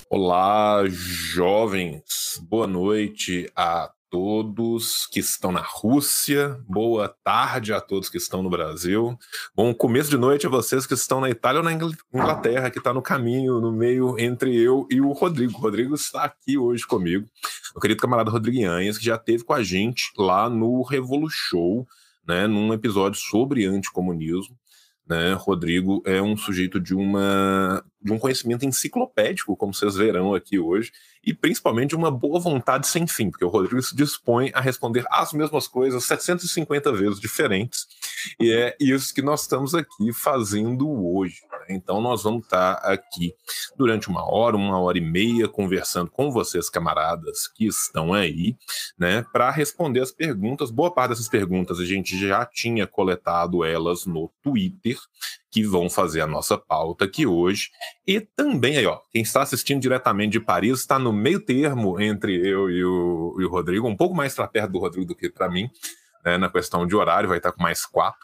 Olá, jovens. Boa noite a todos que estão na Rússia. Boa tarde a todos que estão no Brasil. Bom começo de noite a vocês que estão na Itália ou na Inglaterra, que está no caminho, no meio entre eu e o Rodrigo. O Rodrigo está aqui hoje comigo, o querido camarada Rodrigo Yanhas, que já esteve com a gente lá no Revolushow, né, num episódio sobre anticomunismo. Né? Rodrigo é um sujeito de um conhecimento enciclopédico, como vocês verão aqui hoje, e principalmente de uma boa vontade sem fim, porque o Rodrigo se dispõe a responder as mesmas coisas 750 vezes diferentes, e é isso que nós estamos aqui fazendo hoje. Né? Então nós vamos estar aqui durante 1 hora e meia, conversando com vocês, camaradas que estão aí, né, para responder as perguntas. Boa parte dessas perguntas a gente já tinha coletado elas no Twitter, que vão fazer a nossa pauta aqui hoje. E também aí, ó, quem está assistindo diretamente de Paris está no meio termo entre eu e o Rodrigo, um pouco mais para perto do Rodrigo do que para mim, né, na questão de horário, vai estar com mais 4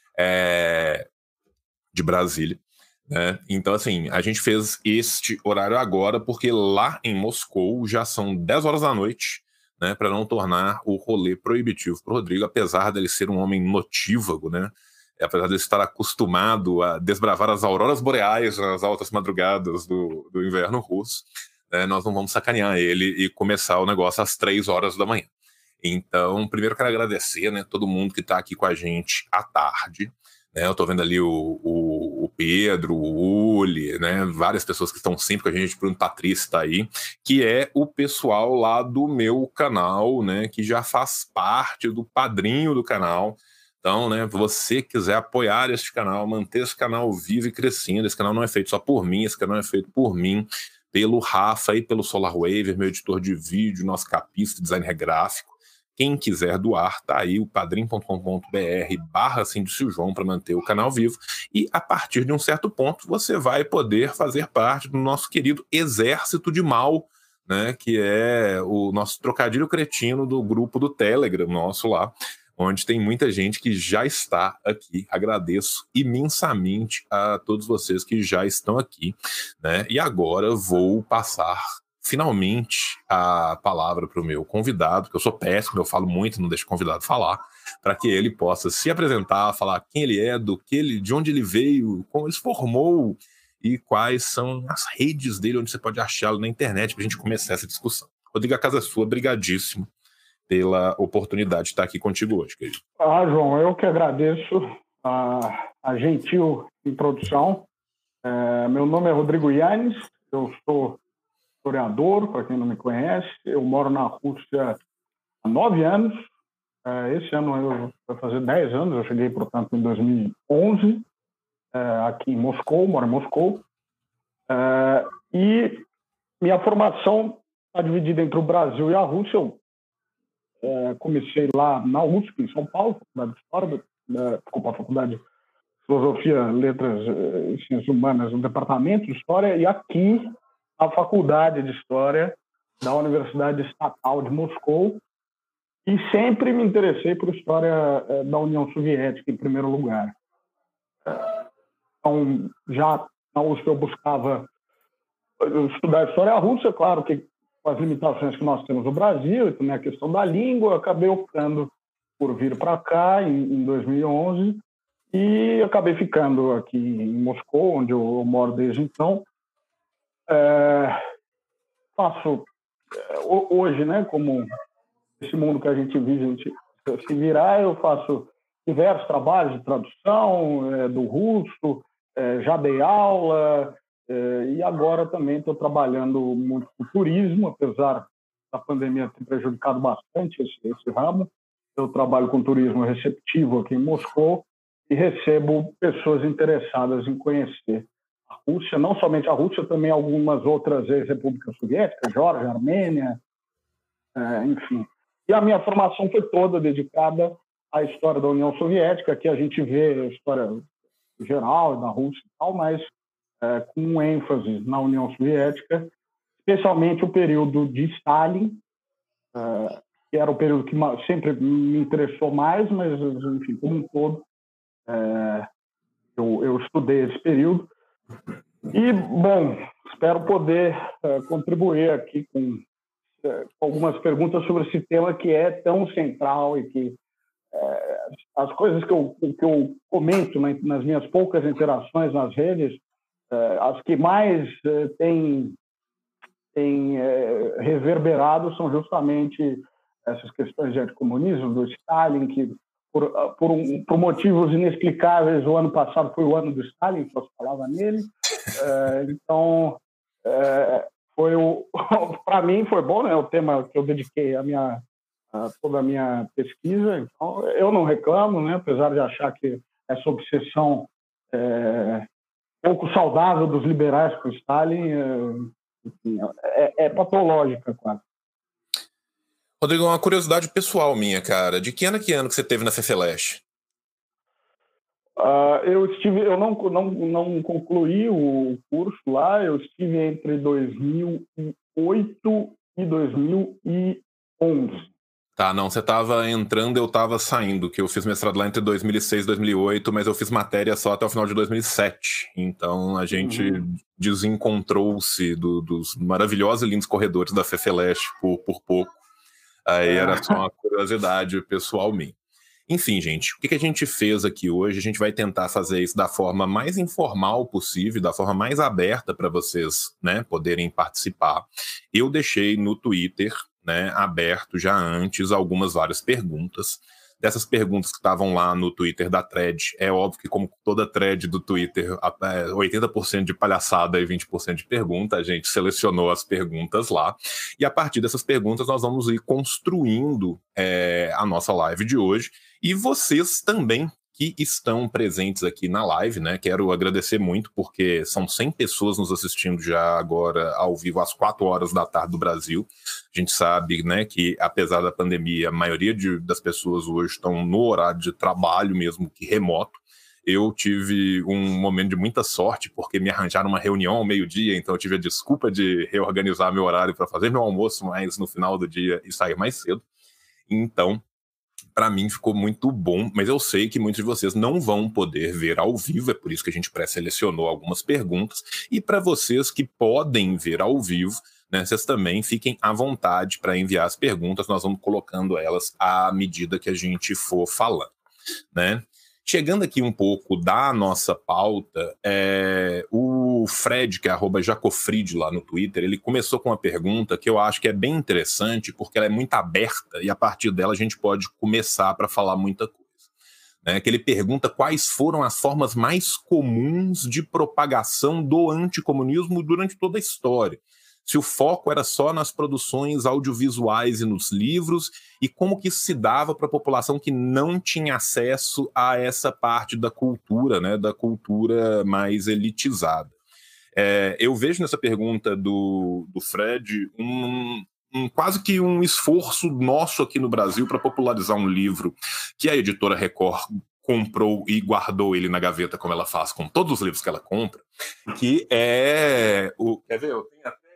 de Brasília. Né? Então, assim, a gente fez este horário agora porque lá em Moscou já são 10 horas da noite, né, para não tornar o rolê proibitivo para o Rodrigo, apesar dele ser um homem notívago, né? Apesar de estar acostumado a desbravar as auroras boreais nas altas madrugadas do inverno russo, né, nós não vamos sacanear ele e começar o negócio às 3 horas da manhã. Então, primeiro quero agradecer, né, todo mundo que está aqui com a gente à tarde. Né, eu estou vendo ali o Pedro, o Uli, né, várias pessoas que estão sempre com a gente, Bruno Patrício está aí, que é o pessoal lá do meu canal, né, que já faz parte do padrinho do canal. Então, né, você quiser apoiar este canal, manter esse canal vivo e crescendo, esse canal não é feito só por mim, esse canal é feito por mim, pelo Rafa e pelo SolarWaver, meu editor de vídeo, nosso capista, designer gráfico. Quem quiser doar, tá aí o padrim.com.br/Cindy-João para manter o canal vivo. E a partir de um certo ponto, você vai poder fazer parte do nosso querido exército de mal, né, que é o nosso trocadilho cretino do grupo do Telegram nosso lá, onde tem muita gente que já está aqui. Agradeço imensamente a todos vocês que já estão aqui, né? E agora vou passar finalmente a palavra para o meu convidado, que eu sou péssimo, eu falo muito, não deixo o convidado falar, para que ele possa se apresentar, falar quem ele é, de onde ele veio, como ele se formou e quais são as redes dele, onde você pode achá-lo na internet, para a gente começar essa discussão. Rodrigo, a casa é sua, brigadíssimo pela oportunidade de estar aqui contigo hoje, querido. João, eu que agradeço a gentil introdução. Meu nome é Rodrigo Yanhas, eu sou historiador, para quem não me conhece. Eu moro na Rússia há 9 anos. Esse ano vai fazer 10 anos, eu cheguei, portanto, em 2011, aqui em Moscou, moro em Moscou. E minha formação está dividida entre o Brasil e a Rússia. Eu comecei lá na USP, em São Paulo, Faculdade de História, Faculdade de Filosofia, Letras e Ciências Humanas, no Departamento de História, e aqui a Faculdade de História da Universidade Estatal de Moscou, e sempre me interessei por história da União Soviética, em primeiro lugar. Então, já na USP eu buscava estudar a história russa, claro que com as limitações que nós temos no Brasil, e também a questão da língua, eu acabei optando por vir para cá em 2011 e acabei ficando aqui em Moscou, onde eu moro desde então. Faço hoje, né, como esse mundo que a gente vive, a gente se virar, eu faço diversos trabalhos de tradução do russo, já dei aula, e agora também estou trabalhando muito com turismo, apesar da pandemia ter prejudicado bastante esse ramo. Eu trabalho com turismo receptivo aqui em Moscou e recebo pessoas interessadas em conhecer a Rússia, não somente a Rússia, também algumas outras ex-repúblicas soviéticas, Geórgia, Armênia, enfim. E a minha formação foi toda dedicada à história da União Soviética, que a gente vê a história geral da Rússia e tal, mas com ênfase na União Soviética, especialmente o período de Stalin, que era o período que sempre me interessou mais, mas, enfim, como um todo, eu estudei esse período. E, bom, espero poder contribuir aqui com algumas perguntas sobre esse tema que é tão central e que as coisas que eu comento nas minhas poucas interações nas redes, as que mais têm reverberado são justamente essas questões de anticomunismo, do Stalin, que por motivos inexplicáveis o ano passado foi o ano do Stalin, só se falava nele. Então, para mim foi bom, né? O tema que eu dediquei toda a minha pesquisa. Então, eu não reclamo, né? Apesar de achar que essa obsessão pouco saudável dos liberais com Stalin é patológica, quase. Rodrigo, uma curiosidade pessoal minha, cara. De que ano que você teve na FEFELESH? Eu não concluí o curso lá. Eu estive entre 2008 e 2011. Tá, não, você estava entrando, eu estava saindo, que eu fiz mestrado lá entre 2006 e 2008, mas eu fiz matéria só até o final de 2007. Então a gente desencontrou-se dos maravilhosos e lindos corredores da FEFELESH por pouco. Aí era só uma curiosidade pessoal minha. Enfim, gente, o que a gente fez aqui hoje? A gente vai tentar fazer isso da forma mais informal possível, da forma mais aberta para vocês, né, poderem participar. Eu deixei no Twitter, né, aberto já antes várias perguntas. Dessas perguntas que estavam lá no Twitter da thread, é óbvio que, como toda thread do Twitter, 80% de palhaçada e 20% de pergunta, a gente selecionou as perguntas lá, e a partir dessas perguntas nós vamos ir construindo a nossa live de hoje, e vocês também que estão presentes aqui na live, né? Quero agradecer muito, porque são 100 pessoas nos assistindo já agora ao vivo às 4 horas da tarde do Brasil. A gente sabe, né, que apesar da pandemia, a maioria das pessoas hoje estão no horário de trabalho mesmo que remoto. Eu tive um momento de muita sorte, porque me arranjaram uma reunião ao meio-dia, então eu tive a desculpa de reorganizar meu horário para fazer meu almoço mais no final do dia e sair mais cedo. Então, para mim ficou muito bom, mas eu sei que muitos de vocês não vão poder ver ao vivo, é por isso que a gente pré-selecionou algumas perguntas, e para vocês que podem ver ao vivo, né, vocês também fiquem à vontade para enviar as perguntas, nós vamos colocando elas à medida que a gente for falando, né? Chegando aqui um pouco da nossa pauta, o Fred, que é @jacofrid lá no Twitter, ele começou com uma pergunta que eu acho que é bem interessante, porque ela é muito aberta, e a partir dela a gente pode começar para falar muita coisa. Né? Que ele pergunta quais foram as formas mais comuns de propagação do anticomunismo durante toda a história. Se o foco era só nas produções audiovisuais e nos livros, e como que isso se dava para a população que não tinha acesso a essa parte da cultura, né, da cultura mais elitizada. Eu vejo nessa pergunta do Fred quase que um esforço nosso aqui no Brasil para popularizar um livro que a editora Record comprou e guardou ele na gaveta, como ela faz com todos os livros que ela compra, que é o... Quer ver? Eu tenho até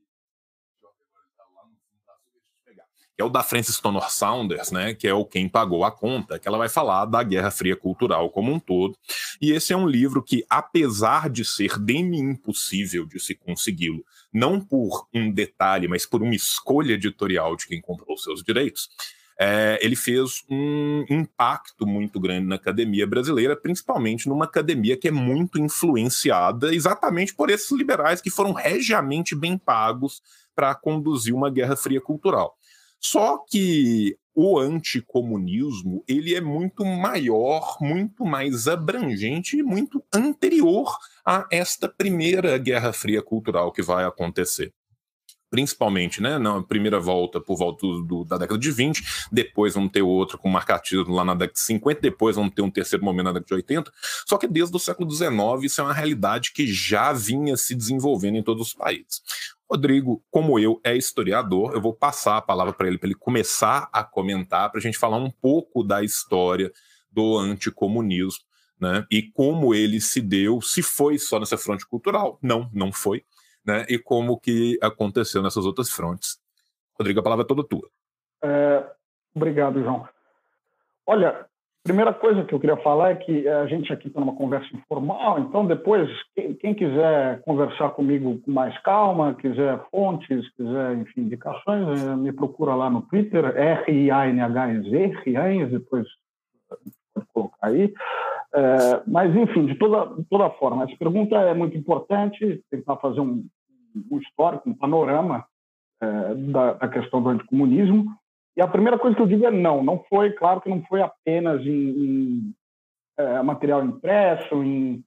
que é o da Frances Stonor Saunders, né, que é o Quem Pagou a Conta, que ela vai falar da Guerra Fria Cultural como um todo. E esse é um livro que, apesar de ser demi-impossível de se consegui-lo, não por um detalhe, mas por uma escolha editorial de quem comprou seus direitos, ele fez um impacto muito grande na academia brasileira, principalmente numa academia que é muito influenciada exatamente por esses liberais que foram regiamente bem pagos para conduzir uma Guerra Fria Cultural. Só que o anticomunismo, ele é muito maior, muito mais abrangente e muito anterior a esta primeira Guerra Fria Cultural que vai acontecer. Principalmente, né, na primeira volta, por volta da década de 20, depois vamos ter outro com marcatismo lá na década de 50, depois vamos ter um terceiro momento na década de 80, só que desde o século XIX isso é uma realidade que já vinha se desenvolvendo em todos os países. Rodrigo, como eu, é historiador, eu vou passar a palavra para ele começar a comentar, para a gente falar um pouco da história do anticomunismo, né, e como ele se deu, se foi só nessa fronte cultural. Não foi. Né, e como que aconteceu nessas outras frontes. Rodrigo, a palavra é toda tua. Obrigado, João. Olha, Primeira coisa que eu queria falar é que a gente aqui está numa conversa informal, então depois, quem quiser conversar comigo com mais calma, quiser fontes, quiser, enfim, indicações, me procura lá no Twitter, RIANHZ, Rianz, depois pode colocar aí. Mas, enfim, de toda forma, essa pergunta é muito importante, tentar fazer um histórico, um panorama da questão do anticomunismo. E a primeira coisa que eu digo é não foi, claro que não foi apenas em material impresso, em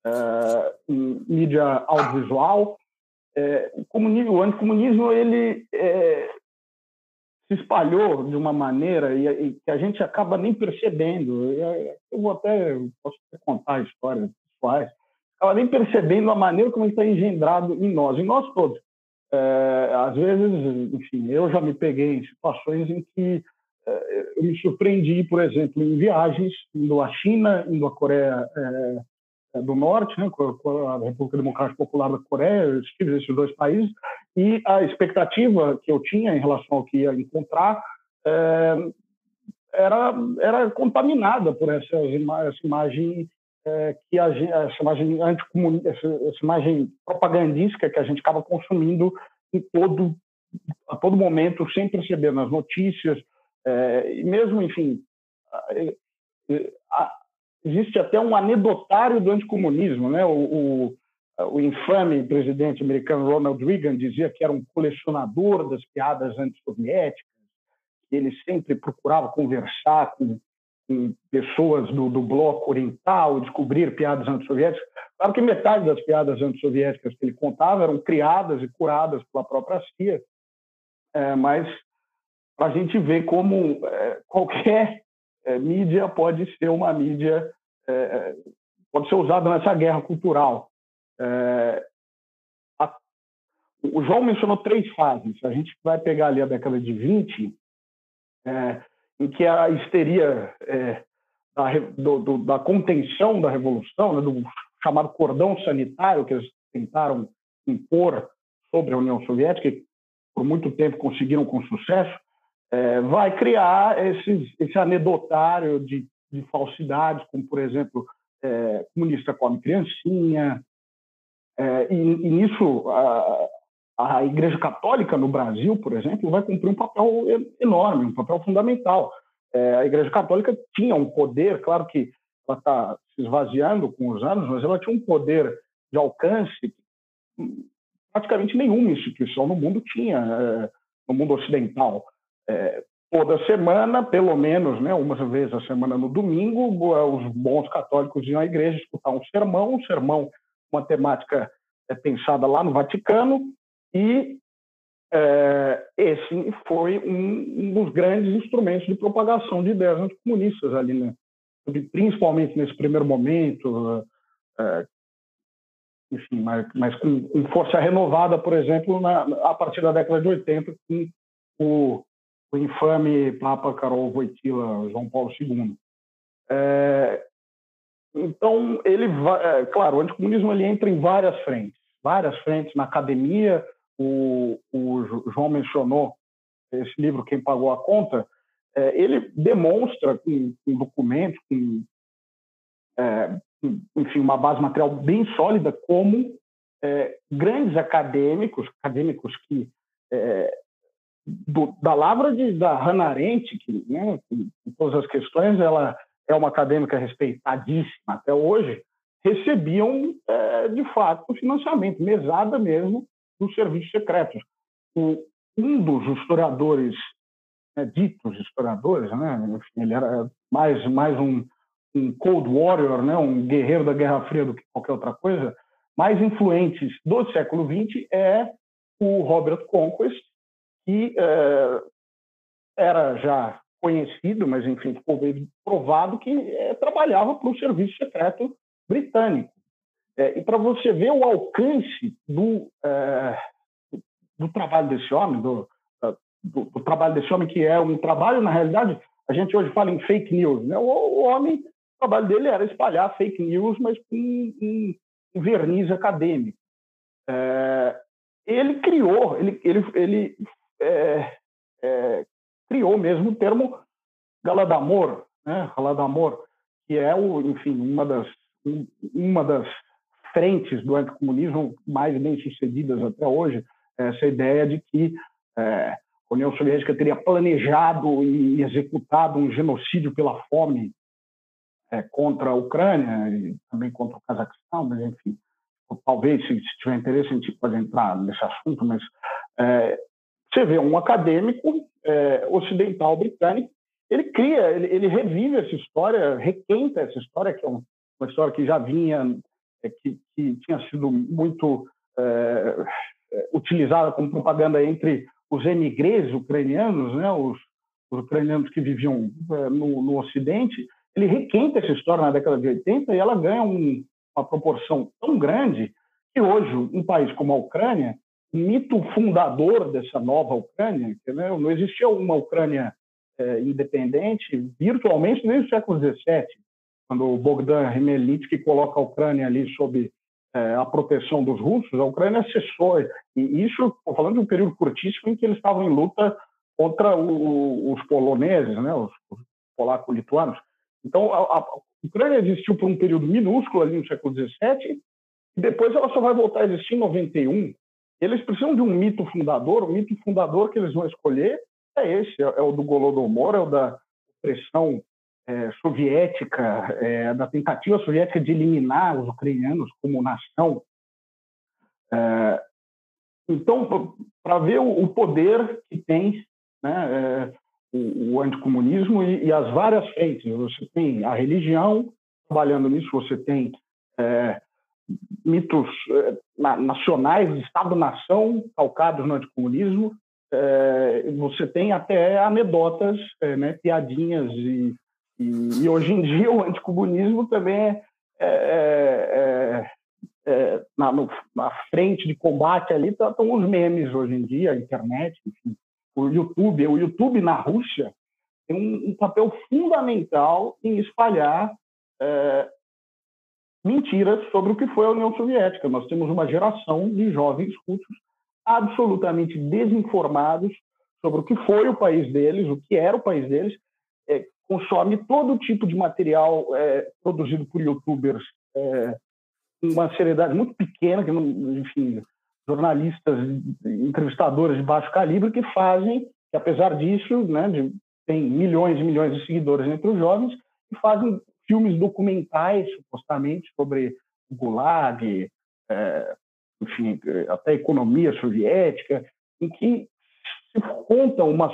mídia audiovisual. O anticomunismo ele se espalhou de uma maneira e que a gente acaba nem percebendo. Eu posso até contar histórias pessoais, acaba nem percebendo a maneira como ele está engendrado em nós todos. Às vezes, enfim, eu já me peguei em situações em que eu me surpreendi, por exemplo, em viagens, indo à China, indo à Coreia do Norte, né, com a República Democrática Popular da Coreia, eu estive nesses dois países, e a expectativa que eu tinha em relação ao que ia encontrar era contaminada por essa imagem essa imagem anticomunista, essa imagem propagandística que a gente acaba consumindo a todo momento, sem perceber nas notícias, e mesmo, enfim, existe até um anedotário do anticomunismo, né? O infame presidente americano Ronald Reagan dizia que era um colecionador das piadas antissoviéticas, que ele sempre procurava conversar com pessoas do bloco oriental, descobrir piadas antissoviéticas. Claro que metade das piadas antissoviéticas que ele contava eram criadas e curadas pela própria CIA, mas para a gente ver como qualquer mídia pode ser uma mídia, pode ser usada nessa guerra cultural. O João mencionou 3 fases. A gente vai pegar ali a década de 20, em que a histeria da contenção da revolução, né, do chamado cordão sanitário que eles tentaram impor sobre a União Soviética, e por muito tempo conseguiram com sucesso, vai criar esse anedotário de falsidades, como, por exemplo, comunista come criancinha, e nisso a Igreja Católica no Brasil, por exemplo, vai cumprir um papel enorme, um papel fundamental. A Igreja Católica tinha um poder, claro que ela está se esvaziando com os anos, mas ela tinha um poder de alcance que praticamente nenhuma instituição no mundo tinha, no mundo ocidental. Toda semana, pelo menos, né, uma vez a semana no domingo, os bons católicos iam à igreja escutar um sermão, uma temática pensada lá no Vaticano, e esse foi um dos grandes instrumentos de propagação de ideias anticomunistas ali, né? Principalmente nesse primeiro momento, enfim, mas com força renovada, por exemplo, a partir da década de 80, com o infame Papa Karol Wojtyła, João Paulo II. Então, ele vai, claro, o anticomunismo ele entra em várias frentes na academia. O João mencionou esse livro, Quem Pagou a Conta. Ele demonstra com documentos, enfim, uma base material bem sólida, como grandes acadêmicos que da lavra da Hannah Arendt, que, né, em todas as questões, ela é uma acadêmica respeitadíssima até hoje, recebiam, de fato, financiamento, mesada mesmo, dos serviços secretos. Um dos historiadores, ditos historiadores, né, enfim, ele era mais um Cold Warrior, né, um guerreiro da Guerra Fria do que qualquer outra coisa, mais influentes do século XX é o Robert Conquest, que era já conhecido, mas, enfim, ficou provado que trabalhava para o serviço secreto britânico. E para você ver o alcance do trabalho desse homem, do trabalho desse homem, que é um trabalho, na realidade, a gente hoje fala em fake news, né? O homem, o trabalho dele era espalhar fake news, mas com um verniz acadêmico. Ele criou, criou mesmo o termo Galadomor, né, Holodomor, que é, enfim, uma das frentes do anticomunismo mais bem-sucedidas até hoje, essa ideia de que a União Soviética teria planejado e executado um genocídio pela fome contra a Ucrânia e também contra o Cazaquistão, mas, enfim, talvez, se tiver interesse, a gente pode entrar nesse assunto, mas você vê um acadêmico ocidental britânico, ele revive essa história, requenta essa história, que é uma história que já vinha, que tinha sido muito utilizada como propaganda entre os emigrês ucranianos, né, os ucranianos que viviam no Ocidente. Ele requenta essa história na década de 80 e ela ganha uma proporção tão grande que hoje, um país como a Ucrânia, o mito fundador dessa nova Ucrânia, que, né, não existia uma Ucrânia independente virtualmente desde o século XVII, quando o Bogdan Khmelnytsky coloca a Ucrânia ali sob a proteção dos russos, a Ucrânia cessou. E isso, estou falando de um período curtíssimo em que eles estavam em luta contra os poloneses, né, os polaco-lituanos. Então, a Ucrânia existiu por um período minúsculo ali no século XVII, e depois ela só vai voltar a existir em 91. Eles precisam de um mito fundador. O mito fundador que eles vão escolher é esse, é o do Holodomor, é o da opressão soviética, da tentativa soviética de eliminar os ucranianos como nação. Então, para ver o poder que tem, né, o anticomunismo e as várias frentes. Você tem a religião trabalhando nisso, você tem mitos nacionais, de Estado-nação, calcados no anticomunismo, você tem até anedotas, né, piadinhas, e hoje em dia o anticomunismo também na frente de combate ali estão os memes hoje em dia, a internet, enfim. O YouTube na Rússia tem um papel fundamental em espalhar mentiras sobre o que foi a União Soviética. Nós temos uma geração de jovens russos absolutamente desinformados sobre o que foi o país deles, o que era o país deles, consome todo tipo de material produzido por youtubers uma seriedade muito pequena, que enfim, jornalistas, entrevistadores de baixo calibre que fazem, que apesar disso, né, tem milhões e milhões de seguidores entre os jovens, que fazem filmes documentais, supostamente, sobre o Gulag, enfim, até a economia soviética, em que se conta uma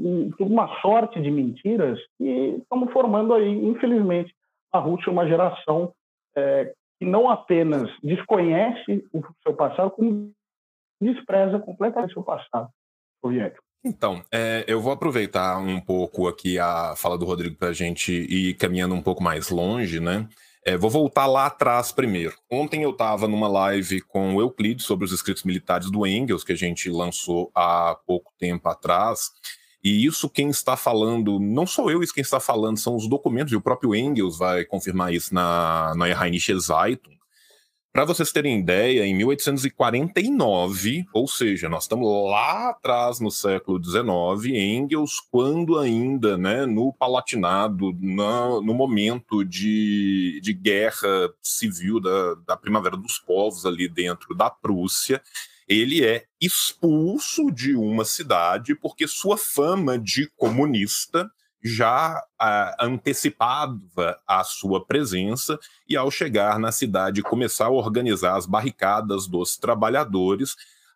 sorte de mentiras que estamos formando aí, infelizmente, a Rússia uma geração que não apenas desconhece o seu passado, como despreza completamente o seu passado soviético. Então, eu vou aproveitar um pouco aqui a fala do Rodrigo para a gente ir caminhando um pouco mais longe, né? Vou voltar lá atrás primeiro. Ontem eu estava numa live com o Euclides sobre os escritos militares do Engels, que a gente lançou há pouco tempo atrás. E isso quem está falando, não sou eu, isso quem está falando são os documentos, e o próprio Engels vai confirmar isso na Neue Rheinische Zeitung. Para vocês terem ideia, em 1849, ou seja, nós estamos lá atrás no século XIX, Engels, quando ainda, né, no Palatinado, no momento de guerra civil da Primavera dos Povos ali dentro da Prússia, ele é expulso de uma cidade porque sua fama de comunista já antecipava a sua presença, e ao chegar na cidade e começar a organizar as barricadas dos trabalhadores,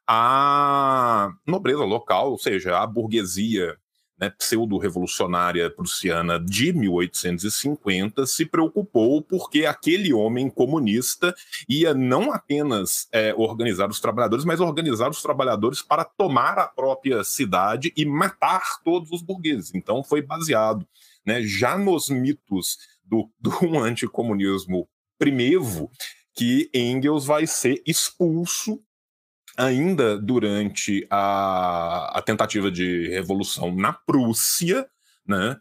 a nobreza local, ou seja, a burguesia, né, pseudo-revolucionária prussiana de 1850, se preocupou porque aquele homem comunista ia não apenas organizar os trabalhadores, mas organizar os trabalhadores para tomar a própria cidade e matar todos os burgueses. Então foi baseado, né, já nos mitos do anticomunismo primevo, que Engels vai ser expulso ainda durante a tentativa de revolução na Prússia, né,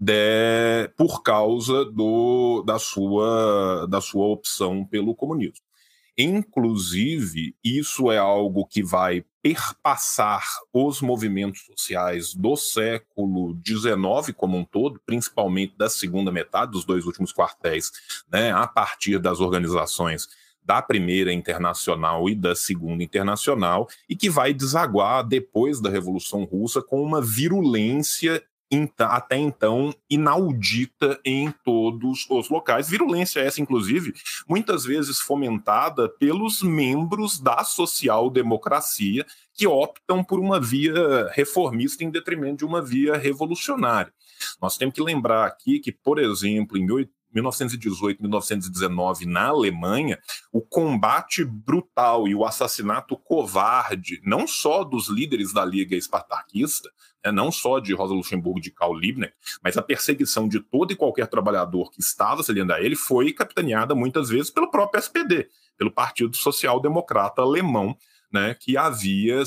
por causa da sua opção pelo comunismo. Inclusive, isso é algo que vai perpassar os movimentos sociais do século XIX como um todo, principalmente da segunda metade, dos 2 últimos quartéis, né, a partir das organizações da Primeira Internacional e da Segunda Internacional, e que vai desaguar depois da Revolução Russa com uma virulência até então inaudita em todos os locais. Virulência essa, inclusive, muitas vezes fomentada pelos membros da social-democracia que optam por uma via reformista em detrimento de uma via revolucionária. Nós temos que lembrar aqui que, por exemplo, em 1918, 1919, na Alemanha, o combate brutal e o assassinato covarde, não só dos líderes da Liga Espartaquista, não só de Rosa Luxemburgo e de Karl Liebknecht, mas a perseguição de todo e qualquer trabalhador que estava se aliando a ele foi capitaneada muitas vezes pelo próprio SPD, pelo Partido Social Democrata Alemão, né, que havia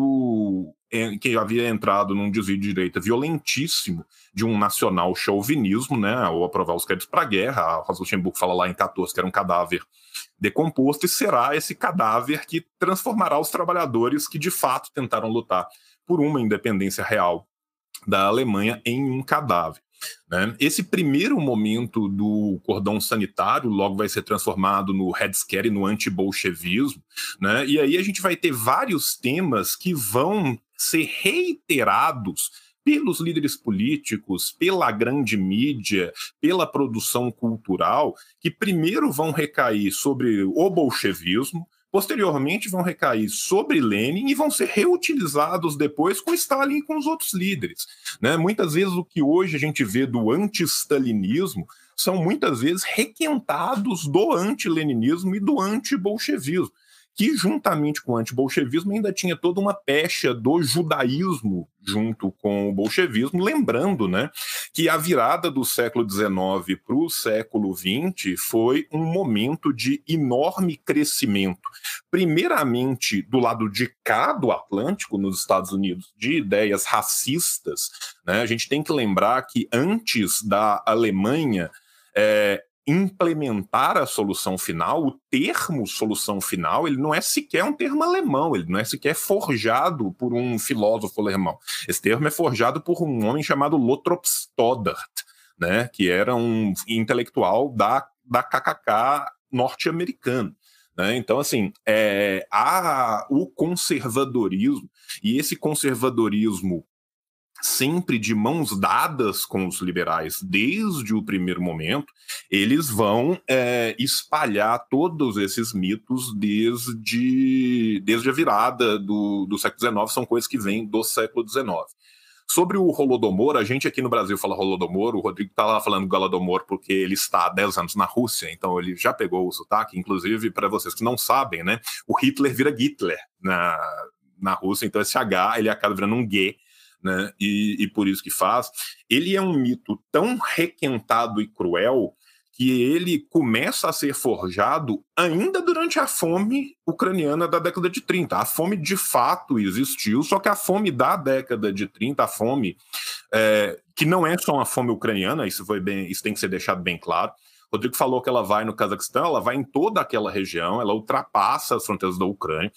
entrado num desvio de direita violentíssimo de um nacional chauvinismo, né, ao aprovar os créditos para a guerra. A Rosa Luxemburgo fala lá em 14 que era um cadáver decomposto, e será esse cadáver que transformará os trabalhadores que de fato tentaram lutar por uma independência real da Alemanha em um cadáver. Né? Esse primeiro momento do cordão sanitário logo vai ser transformado no Red Scare e no anti-bolchevismo, né? E aí a gente vai ter vários temas que vão ser reiterados pelos líderes políticos, pela grande mídia, pela produção cultural, que primeiro vão recair sobre o bolchevismo, posteriormente vão recair sobre Lenin e vão ser reutilizados depois com Stalin e com os outros líderes. Né? Muitas vezes o que hoje a gente vê do anti-stalinismo são muitas vezes requentados do anti-leninismo e do anti-bolchevismo, que juntamente com o anti-bolchevismo ainda tinha toda uma pecha do judaísmo junto com o bolchevismo, lembrando, né, que a virada do século XIX para o século XX foi um momento de enorme crescimento, primeiramente do lado de cá do Atlântico, nos Estados Unidos, de ideias racistas, né? A gente tem que lembrar que antes da Alemanha implementar a solução final, o termo solução final, ele não é sequer um termo alemão, ele não é sequer forjado por um filósofo alemão. Esse termo é forjado por um homem chamado Lothrop Stoddard, né, que era um intelectual da KKK norte-americano. Né? Então, assim, o conservadorismo, e esse conservadorismo sempre de mãos dadas com os liberais desde o primeiro momento, eles vão espalhar todos esses mitos desde a virada do século XIX, são coisas que vêm do século XIX. Sobre o Holodomor, a gente aqui no Brasil fala Holodomor, o Rodrigo está lá falando Galadomor porque ele está há 10 anos na Rússia, então ele já pegou o sotaque, inclusive, para vocês que não sabem, né, o Hitler vira Hitler na Rússia, então esse H ele acaba virando um G, né? E por isso que faz. Ele é um mito tão requentado e cruel que ele começa a ser forjado ainda durante a fome ucraniana da década de 30. A fome de fato existiu, só que a fome da década de 30, a fome que não é só uma fome ucraniana, isso tem que ser deixado bem claro. O Rodrigo falou que ela vai no Cazaquistão, ela vai em toda aquela região, ela ultrapassa as fronteiras da Ucrânia.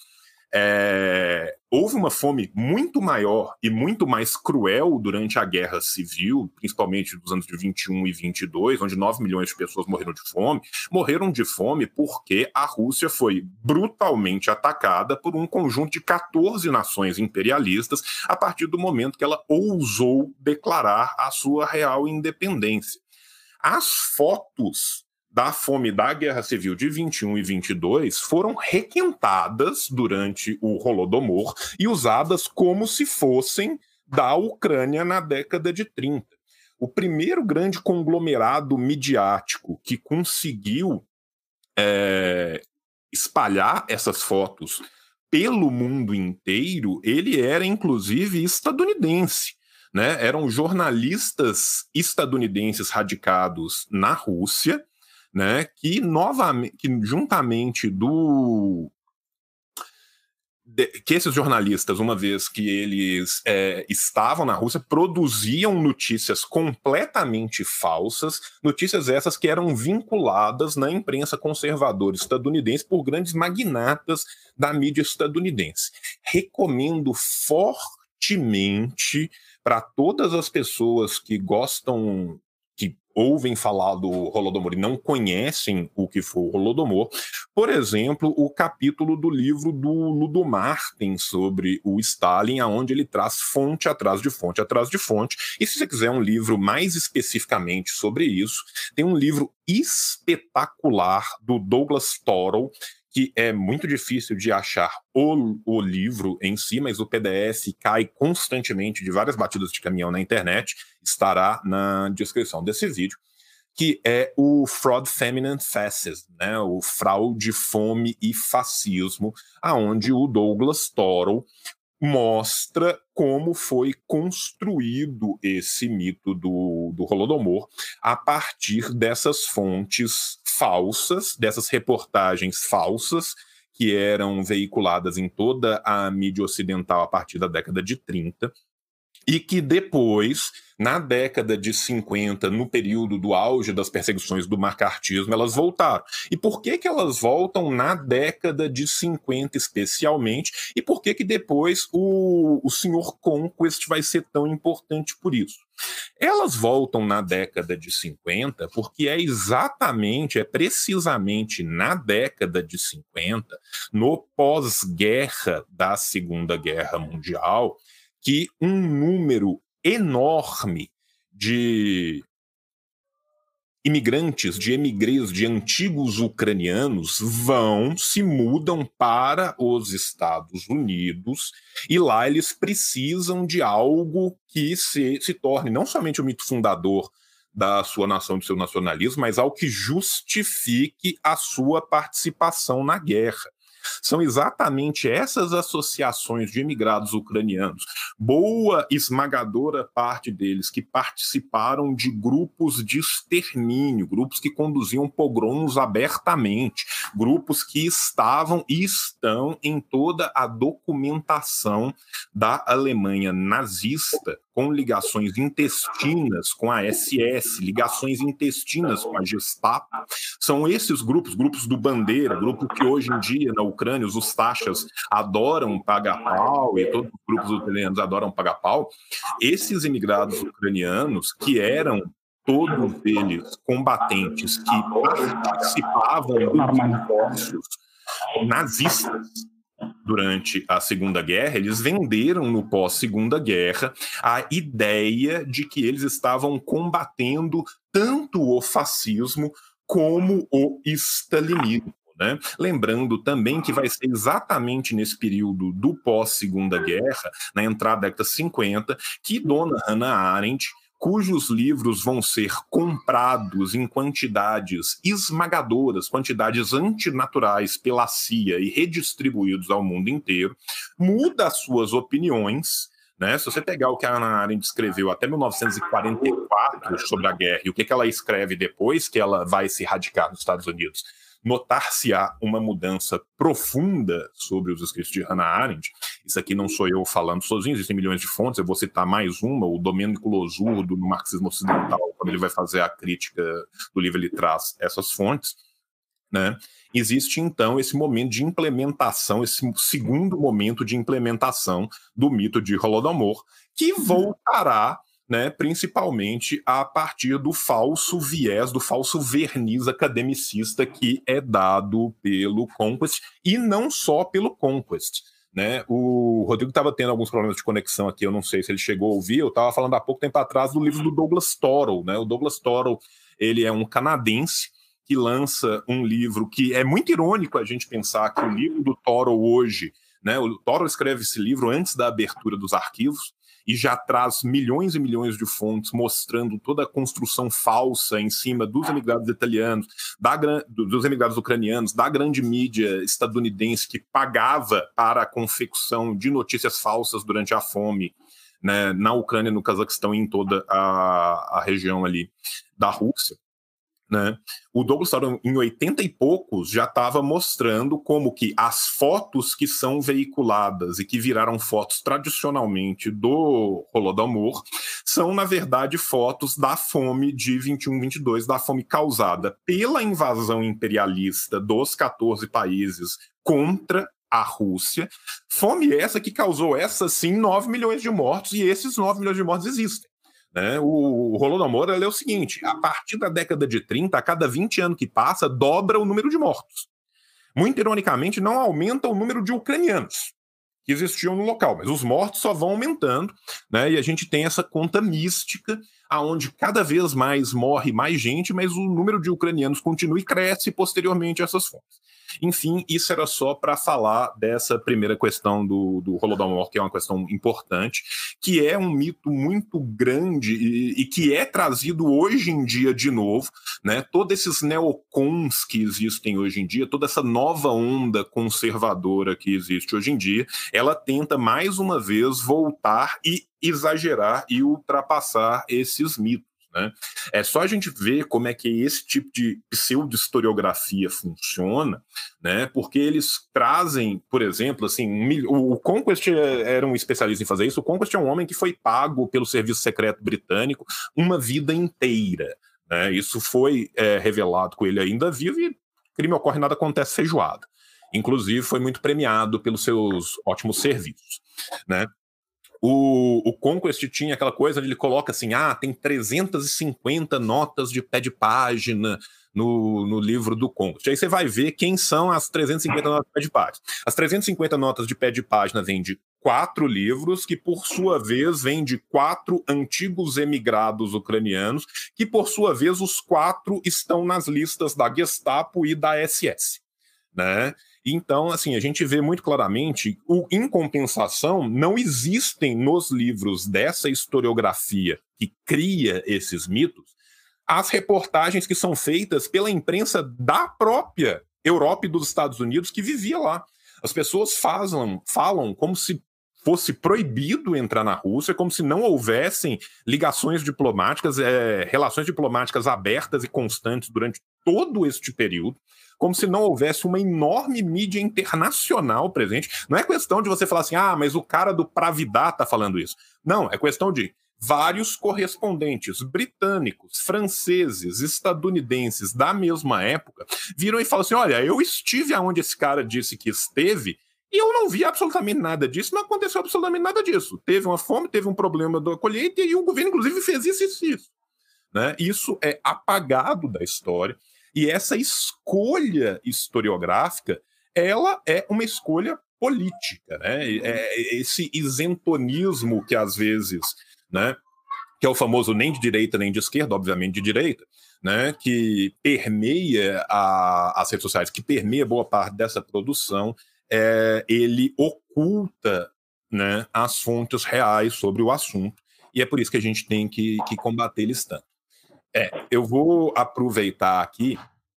Houve uma fome muito maior e muito mais cruel durante a Guerra Civil, principalmente dos anos de 21 e 22, onde 9 milhões de pessoas morreram de fome. Morreram de fome porque a Rússia foi brutalmente atacada por um conjunto de 14 nações imperialistas a partir do momento que ela ousou declarar a sua real independência. As fotos da fome da Guerra Civil de 21 e 22 foram requentadas durante o Holodomor e usadas como se fossem da Ucrânia na década de 30. O primeiro grande conglomerado midiático que conseguiu espalhar essas fotos pelo mundo inteiro, ele era inclusive estadunidense. Né? Eram jornalistas estadunidenses radicados na Rússia, né, que juntamente que esses jornalistas, uma vez que eles estavam na Rússia, produziam notícias completamente falsas, notícias essas que eram vinculadas na imprensa conservadora estadunidense por grandes magnatas da mídia estadunidense. recomendo fortemente para todas as pessoas que gostam, que ouvem falar do Holodomor e não conhecem o que foi o Holodomor, por exemplo, o capítulo do livro do Ludo Martens sobre o Stalin, onde ele traz fonte atrás de fonte atrás de fonte. E se você quiser um livro mais especificamente sobre isso, tem um livro espetacular do Douglas Toro, que é muito difícil de achar o livro em si, mas o PDF cai constantemente de várias batidas de caminhão na internet, estará na descrição desse vídeo, que é o Fraud, Famine and Fascism, né? O Fraude, Fome e Fascismo, aonde o Douglas Toro mostra como foi construído esse mito do Holodomor a partir dessas fontes falsas, dessas reportagens falsas que eram veiculadas em toda a mídia ocidental a partir da década de 30, e que depois, na década de 50, no período do auge das perseguições do macartismo, elas voltaram. E por que elas voltam na década de 50 especialmente? E por que depois o Sr. Conquest vai ser tão importante por isso? Elas voltam na década de 50 porque é precisamente na década de 50, no pós-guerra da Segunda Guerra Mundial, que um número enorme de imigrantes, de emigrês, de antigos ucranianos se mudam para os Estados Unidos, e lá eles precisam de algo que se torne não somente o mito fundador da sua nação, do seu nacionalismo, mas algo que justifique a sua participação na guerra. São exatamente essas associações de imigrados ucranianos, boa esmagadora parte deles que participaram de grupos de extermínio, grupos que conduziam pogroms abertamente, grupos que estavam e estão em toda a documentação da Alemanha nazista, com ligações intestinas com a SS, ligações intestinas com a Gestapo. São esses grupos do Bandeira, grupo que hoje em dia na Ucrânia os Ustashas adoram pagar pau, e todos os grupos ucranianos adoram pagar pau. Esses imigrados ucranianos, que eram todos eles combatentes que participavam dos esforços nazistas durante a Segunda Guerra, eles venderam no pós-Segunda Guerra a ideia de que eles estavam combatendo tanto o fascismo como o stalinismo, né? Lembrando também que vai ser exatamente nesse período do pós-Segunda Guerra, na entrada da década de 50, que Dona Hannah Arendt, cujos livros vão ser comprados em quantidades esmagadoras, quantidades antinaturais pela CIA e redistribuídos ao mundo inteiro, muda as suas opiniões, né? Se você pegar o que a Hannah Arendt escreveu até 1944 sobre a guerra e o que ela escreve depois que ela vai se radicar nos Estados Unidos, notar-se-á uma mudança profunda sobre os escritos de Hannah Arendt. Isso aqui não sou eu falando sozinho, existem milhões de fontes, eu vou citar mais uma, o Domênico Losurdo, no Marxismo Ocidental, quando ele vai fazer a crítica do livro, ele traz essas fontes, né? Existe, então, esse momento de implementação, esse segundo momento de implementação do mito de Holodomor, que voltará, né, principalmente a partir do falso viés, do falso verniz academicista que é dado pelo Conquest, e não só pelo Conquest, né? O Rodrigo estava tendo alguns problemas de conexão aqui, eu não sei se ele chegou a ouvir, eu estava falando há pouco tempo atrás do livro do Douglas Toro, né? O Douglas Toro, ele é um canadense que lança um livro que é muito irônico a gente pensar que o livro do Toro hoje, né? O Toro escreve esse livro antes da abertura dos arquivos, e já traz milhões e milhões de fontes mostrando toda a construção falsa em cima dos emigrados italianos, dos emigrados ucranianos, da grande mídia estadunidense que pagava para a confecção de notícias falsas durante a fome, né, na Ucrânia, no Cazaquistão e em toda a região ali da Rússia. Né? O Douglas Toro, em 80 e poucos, já estava mostrando como que as fotos que são veiculadas e que viraram fotos tradicionalmente do Holodomor são, na verdade, fotos da fome de 21-22, da fome causada pela invasão imperialista dos 14 países contra a Rússia. Fome essa que causou, essa sim, 9 milhões de mortos, e esses 9 milhões de mortos existem. Né? O Holodomor é o seguinte: a partir da década de 30, a cada 20 anos que passa, dobra o número de mortos. Muito ironicamente, não aumenta o número de ucranianos que existiam no local, mas os mortos só vão aumentando, né? E a gente tem essa conta mística, aonde cada vez mais morre mais gente, mas o número de ucranianos continua e cresce posteriormente a essas fontes. Enfim, isso era só para falar dessa primeira questão do Holodomor, que é uma questão importante, que é um mito muito grande e que é trazido hoje em dia de novo, né? Todos esses neocons que existem hoje em dia, toda essa nova onda conservadora que existe hoje em dia, ela tenta mais uma vez voltar e exagerar e ultrapassar esses mitos. Né? É só a gente ver como é que esse tipo de pseudo-historiografia funciona, né? Porque eles trazem, por exemplo, assim, o Conquest era um especialista em fazer isso. O Conquest é um homem que foi pago pelo Serviço Secreto Britânico uma vida inteira. Né? Isso foi revelado com ele ainda vivo, e crime ocorre, nada acontece, feijoada. Inclusive foi muito premiado pelos seus ótimos serviços. Né? O Conquest tinha aquela coisa onde ele coloca assim, tem 350 notas de pé de página no livro do Conquest. Aí você vai ver quem são as 350 notas de pé de página. As 350 notas de pé de página vêm de 4 livros, que por sua vez vêm de 4 antigos emigrados ucranianos, que por sua vez os 4 estão nas listas da Gestapo e da SS. Né? Então, assim, a gente vê muito claramente, em compensação, não existem nos livros dessa historiografia que cria esses mitos, as reportagens que são feitas pela imprensa da própria Europa e dos Estados Unidos que vivia lá. As pessoas falam como se fosse proibido entrar na Rússia, como se não houvessem ligações diplomáticas, relações diplomáticas abertas e constantes durante todo este período, como se não houvesse uma enorme mídia internacional presente. Não é questão de você falar assim, mas o cara do Pravidá está falando isso. Não, é questão de vários correspondentes britânicos, franceses, estadunidenses da mesma época viram e falam assim, olha, eu estive onde esse cara disse que esteve e eu não vi absolutamente nada disso, não aconteceu absolutamente nada disso. Teve uma fome, teve um problema da colheita e o governo, inclusive, fez isso. Né? Isso é apagado da história. E essa escolha historiográfica, ela é uma escolha política, né? Esse isentonismo que às vezes, né, que é o famoso nem de direita nem de esquerda, obviamente de direita, né, que permeia as redes sociais, que permeia boa parte dessa produção, ele oculta, né, as fontes reais sobre o assunto, e é por isso que a gente tem que combater eles tanto. Eu vou aproveitar aqui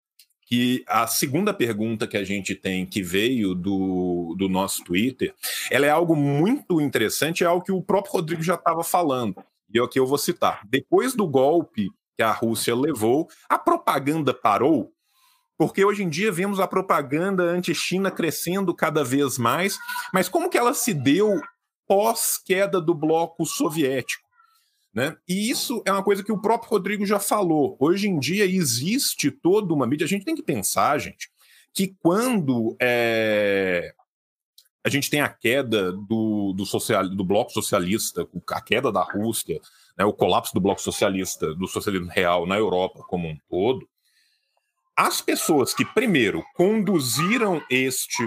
que a segunda pergunta que a gente tem, que veio do nosso Twitter, ela é algo muito interessante, é algo que o próprio Rodrigo já estava falando, e aqui eu vou citar. Depois do golpe que a Rússia levou, a propaganda parou, porque hoje em dia vemos a propaganda anti-China crescendo cada vez mais, mas como que ela se deu pós-queda do bloco soviético? Né? E isso é uma coisa que o próprio Rodrigo já falou. Hoje em dia existe toda uma mídia. A gente tem que pensar, gente, que quando a gente tem a queda do bloco socialista, a queda da Rússia, né, o colapso do bloco socialista, do socialismo real na Europa como um todo, as pessoas que primeiro conduziram este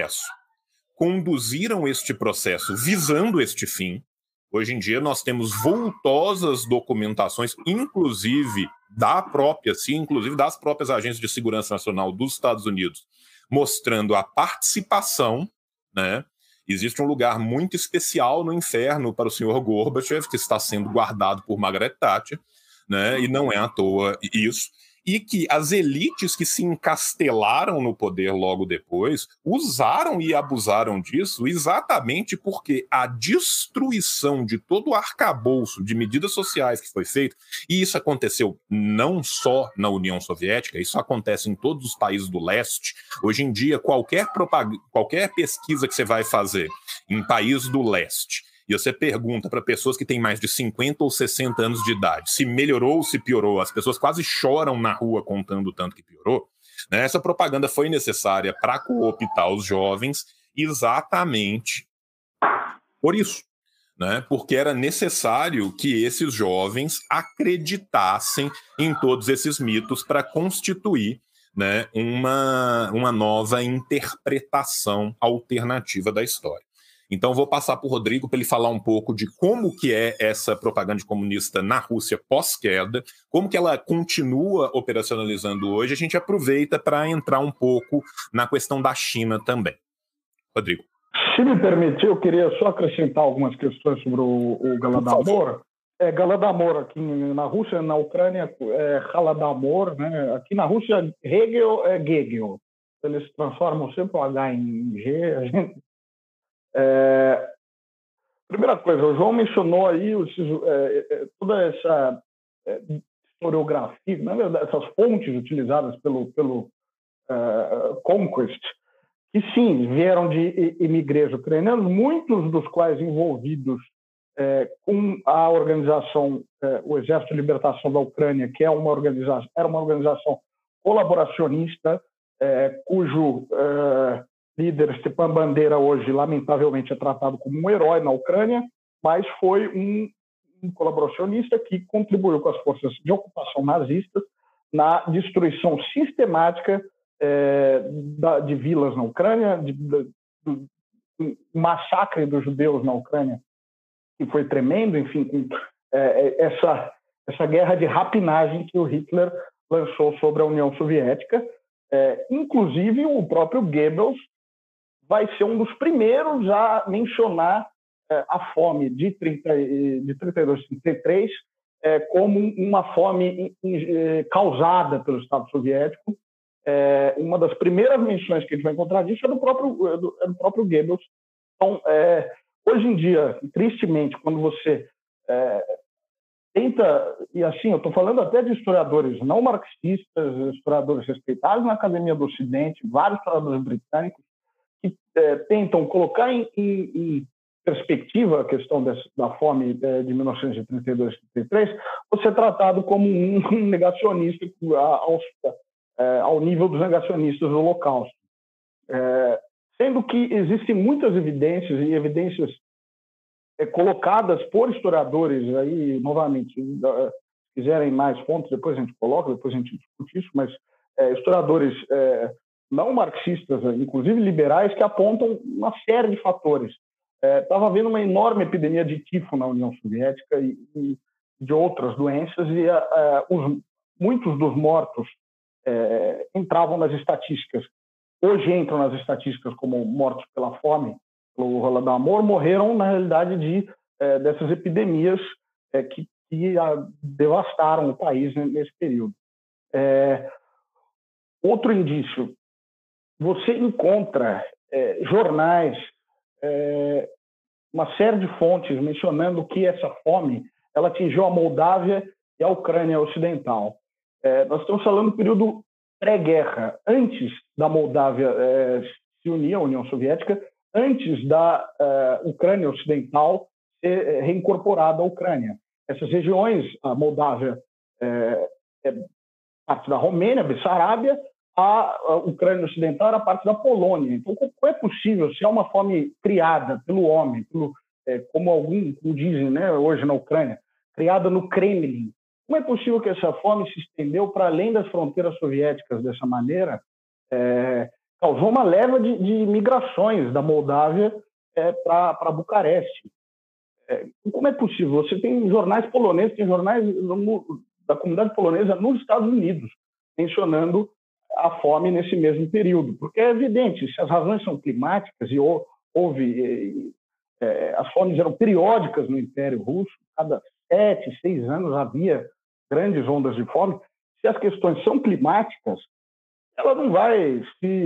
processo visando este fim. Hoje em dia nós temos vultosas documentações, inclusive das próprias agências de segurança nacional dos Estados Unidos, mostrando a participação, né? Existe um lugar muito especial no inferno para o senhor Gorbachev, que está sendo guardado por Margaret Thatcher, né? E não é à toa isso. E que as elites que se encastelaram no poder logo depois usaram e abusaram disso exatamente porque a destruição de todo o arcabouço de medidas sociais que foi feito, e isso aconteceu não só na União Soviética, isso acontece em todos os países do leste. Hoje em dia, qualquer pesquisa que você vai fazer em países do leste, e você pergunta para pessoas que têm mais de 50 ou 60 anos de idade se melhorou ou se piorou, as pessoas quase choram na rua contando o tanto que piorou, né? Essa propaganda foi necessária para cooptar os jovens exatamente por isso, né? Porque era necessário que esses jovens acreditassem em todos esses mitos para constituir, né, uma nova interpretação alternativa da história. Então, vou passar para o Rodrigo para ele falar um pouco de como que é essa propaganda comunista na Rússia pós-queda, como que ela continua operacionalizando hoje. A gente aproveita para entrar um pouco na questão da China também. Rodrigo. Se me permitir, eu queria só acrescentar algumas questões sobre o Galadomor. Galadomor aqui na Rússia, na Ucrânia é Holodomor, né? Aqui na Rússia, Hegel é Gegel. Eles transformam sempre o H em G. A gente... Primeira coisa, o João mencionou aí toda essa historiografia, na verdade, essas fontes utilizadas pelo Conquest, que sim, vieram de imigrantes ucranianos, muitos dos quais envolvidos com a organização, o Exército de Libertação da Ucrânia, que era uma organização colaboracionista, cujo líder, Stepan Bandeira, hoje, lamentavelmente, é tratado como um herói na Ucrânia, mas foi um colaboracionista que contribuiu com as forças de ocupação nazistas na destruição sistemática de vilas na Ucrânia, do massacre dos judeus na Ucrânia, que foi tremendo, enfim, com essa guerra de rapinagem que o Hitler lançou sobre a União Soviética. Inclusive, o próprio Goebbels vai ser um dos primeiros a mencionar a fome de 32 e 33 como uma fome causada pelo Estado Soviético. Uma das primeiras menções que a gente vai encontrar disso é do próprio Goebbels. Então, hoje em dia, tristemente, quando você tenta, e assim, eu estou falando até de historiadores não marxistas, historiadores respeitados na Academia do Ocidente, vários historiadores britânicos, que tentam colocar em perspectiva a questão da fome de 1932 e 33, você é tratado como um negacionista ao nível dos negacionistas do Holocausto. Sendo que existem muitas evidências, e evidências colocadas por historiadores, aí, novamente, se quiserem mais fontes, depois a gente coloca, depois a gente discute isso, mas historiadores não marxistas, inclusive liberais, que apontam uma série de fatores. Estava havendo uma enorme epidemia de tifo na União Soviética e de outras doenças, e muitos dos mortos entravam nas estatísticas. Hoje entram nas estatísticas como mortos pela fome, pelo Holodomor, morreram, na realidade, dessas epidemias que devastaram o país nesse período. Outro indício, você encontra jornais, uma série de fontes mencionando que essa fome ela atingiu a Moldávia e a Ucrânia Ocidental. Nós estamos falando do período pré-guerra, antes da Moldávia se unir à União Soviética, antes da Ucrânia Ocidental ser reincorporada à Ucrânia. Essas regiões, a Moldávia parte da Romênia, Bessarabia, a Ucrânia Ocidental era parte da Polônia. Então, como é possível, se é uma fome criada pelo homem, como alguns dizem, né, hoje na Ucrânia, criada no Kremlin, como é possível que essa fome se estendeu para além das fronteiras soviéticas dessa maneira? Causou uma leva de migrações da Moldávia para Bucareste. Como é possível? Você tem jornais poloneses, tem jornais da comunidade polonesa nos Estados Unidos, mencionando a fome nesse mesmo período. Porque é evidente, se as razões são climáticas, e as fomes eram periódicas no Império Russo, cada 7, 6 anos havia grandes ondas de fome, se as questões são climáticas, ela não vai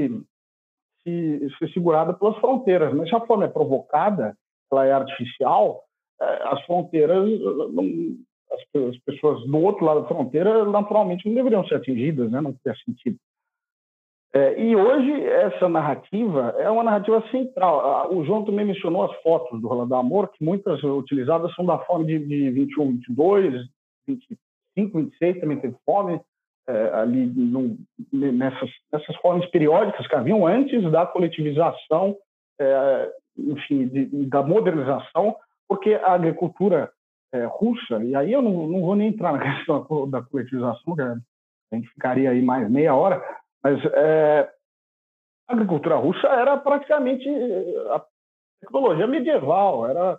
ser segurada pelas fronteiras. Mas se a fome é provocada, ela é artificial, as fronteiras, as pessoas do outro lado da fronteira, naturalmente, não deveriam ser atingidas, né? Não tem sentido. E hoje, essa narrativa é uma narrativa central. O João também mencionou as fotos do Holodomor, que muitas utilizadas são da fome de 21, 22, 25, 26, também teve fome, ali nessas fomes periódicas que haviam antes da coletivização enfim, da modernização, porque a agricultura russa, e aí eu não vou nem entrar na questão da coletivização, que a gente ficaria aí mais meia hora, mas a agricultura russa era praticamente a tecnologia medieval, era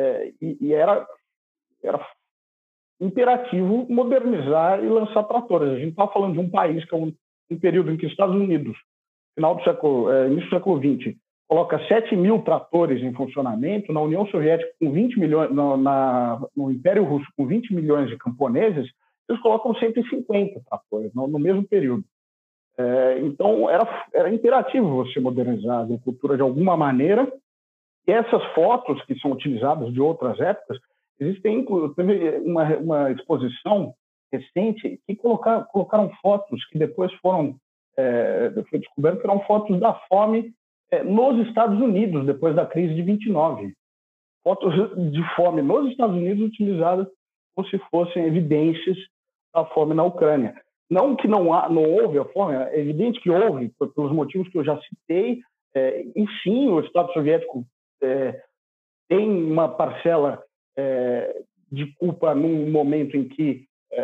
imperativo modernizar e lançar tratores. A gente está falando de um país que é um período em que os Estados Unidos, início do século XX, coloca 7 mil tratores em funcionamento, na União Soviética, com 20 milhões, no Império Russo, com 20 milhões de camponeses, eles colocam 150 tratores no mesmo período. Então, era imperativo você modernizar a agricultura de alguma maneira, e essas fotos que são utilizadas de outras épocas, existem uma exposição recente que colocaram fotos que depois foi descoberto que eram fotos da fome nos Estados Unidos, depois da crise de 29. Fotos de fome nos Estados Unidos utilizadas como se fossem evidências da fome na Ucrânia. Não que não houve a fome, é evidente que houve, pelos motivos que eu já citei, e sim, o Estado soviético tem uma parcela de culpa num momento em que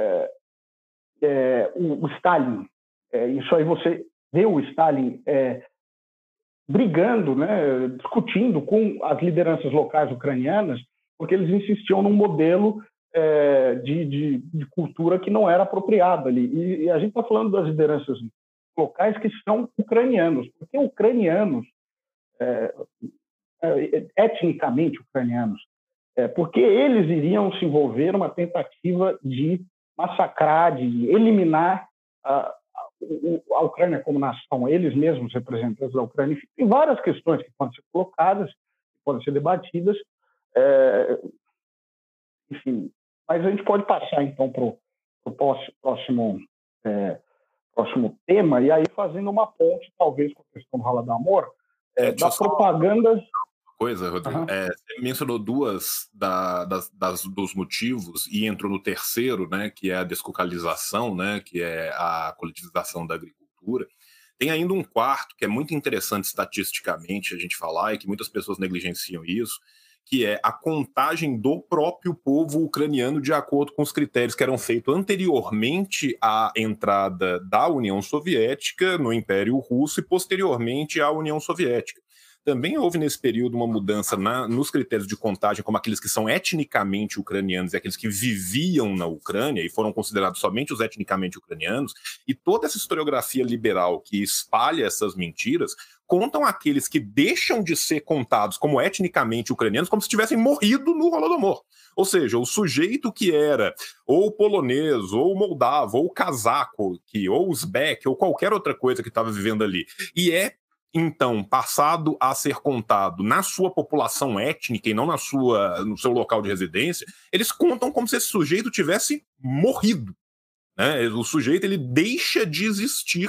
o Stalin, isso aí você vê o Stalin brigando, né, discutindo com as lideranças locais ucranianas, porque eles insistiam num modelo de cultura que não era apropriado ali. E a gente está falando das lideranças locais que são ucranianos, porque ucranianos, etnicamente ucranianos, porque eles iriam se envolver numa tentativa de massacrar, de eliminar a Ucrânia como nação, eles mesmos representantes da Ucrânia. Tem várias questões que podem ser colocadas, que podem ser debatidas, enfim, mas a gente pode passar então para o próximo tema, e aí fazendo uma ponte, talvez, com a questão do Holodomor, da propaganda. Coisa, Rodrigo. Você mencionou duas dos motivos e entrou no terceiro, né, que é a descocalização, né, que é a coletivização da agricultura. Tem ainda um quarto que é muito interessante estatisticamente a gente falar e que muitas pessoas negligenciam isso, que é a contagem do próprio povo ucraniano de acordo com os critérios que eram feitos anteriormente à entrada da União Soviética no Império Russo e posteriormente à União Soviética. Também houve nesse período uma mudança nos critérios de contagem, como aqueles que são etnicamente ucranianos e aqueles que viviam na Ucrânia e foram considerados somente os etnicamente ucranianos, e toda essa historiografia liberal que espalha essas mentiras contam aqueles que deixam de ser contados como etnicamente ucranianos como se tivessem morrido no Holodomor. Ou seja, o sujeito que era ou polonês, ou moldavo, ou cazaco, ou uzbek, ou qualquer outra coisa que estava vivendo ali, e então, passado a ser contado na sua população étnica e não no seu local de residência, eles contam como se esse sujeito tivesse morrido, né? O sujeito ele deixa de existir